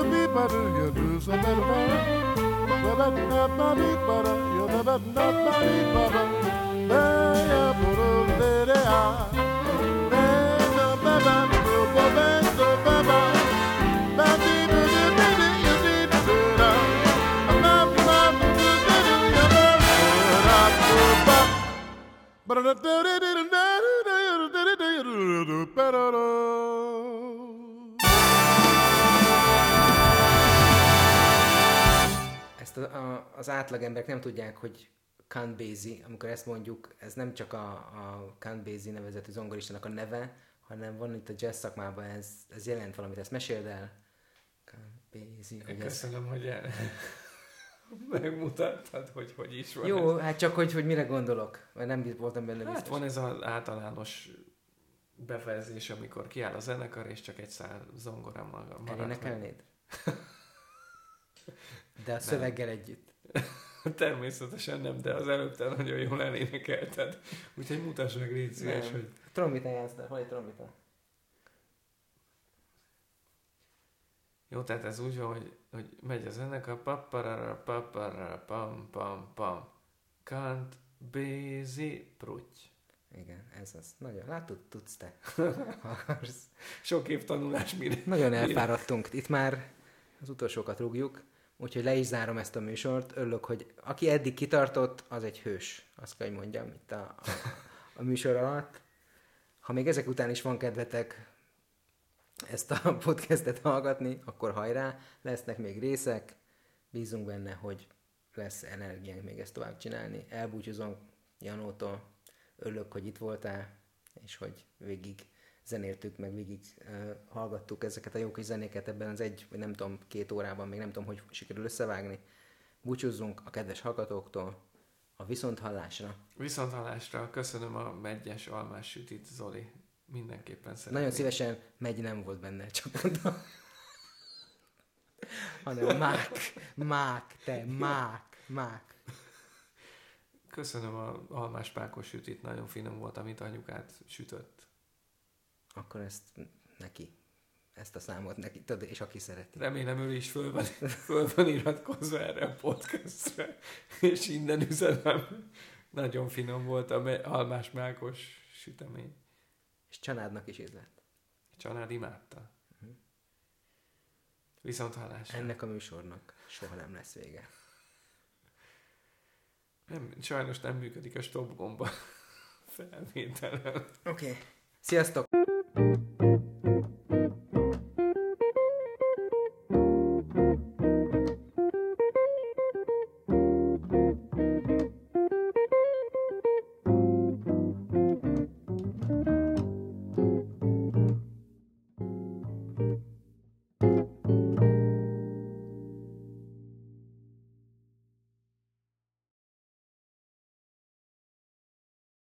Ezt az átlagemberek nem tudják, hogy Count Basie, amikor ezt mondjuk, ez nem csak a Count Basie nevezetű zongoristának a neve, hanem van itt a jazz szakmában, ez jelent valamit, ezt meséld el. Count Basie. Köszönöm, hogy megmutattad, hogy is van. Jó, ez. hát csak hogy mire gondolok, mert nem voltam benne biztos. Hát van ez az általános befejezés, amikor kiáll a zenekar, és csak egy szál zongora marad. Elénekelnéd? De a szöveggel együtt. Természetesen nem, de az előbb te nagyon jól elénekelted. Úgyhogy mutass meg, légy szíves, hogy... Trombita játsztál, hol egy trombita? Jó, tehát ez úgy van, hogy megy a zenekar, paparara, paparara, pam, pam, pam. Count Basie, prutty. Igen, ez az. Nagyon, látod, tudsz te. Sok év tanulás mire. Nagyon elfáradtunk. Itt már az utolsókat rúgjuk, úgyhogy le is zárom ezt a műsort. Örülök, hogy aki eddig kitartott, az egy hős. Azt kell, hogy mondjam itt a műsor alatt. Ha még ezek után is van kedvetek ezt a podcastet hallgatni, akkor hajrá, lesznek még részek. Bízunk benne, hogy lesz energiánk még ezt tovább csinálni. Elbúcsúzom Janótól. Örülök, hogy itt voltál, és hogy végig zenéltük, meg végig hallgattuk ezeket a jó kis zenéket ebben az vagy nem tudom, 2 órában, még nem tudom, hogy sikerül összevágni. Búcsúzzunk a kedves hallgatóktól a viszonthallásra. Viszonthallásra, köszönöm a meggyes almás sütit, Zoli. Mindenképpen szeretném. Nagyon szívesen megy nem volt benne, csak mondom. Hanem mák. Köszönöm a almás pákos sütit, nagyon finom volt, amit anyukát sütött. Akkor ezt a számot neki, tudod, és aki szereti. Remélem ő is föl van iratkozva erre a podcastre, és innen üzenem. Nagyon finom volt a almás mákos sütemény. És Csanádnak is ízlett. Csanád imádta. Viszonthallásra. Ennek a műsornak soha nem lesz vége. Sajnos nem működik a stop gomba felvételen. Oké. Sziasztok!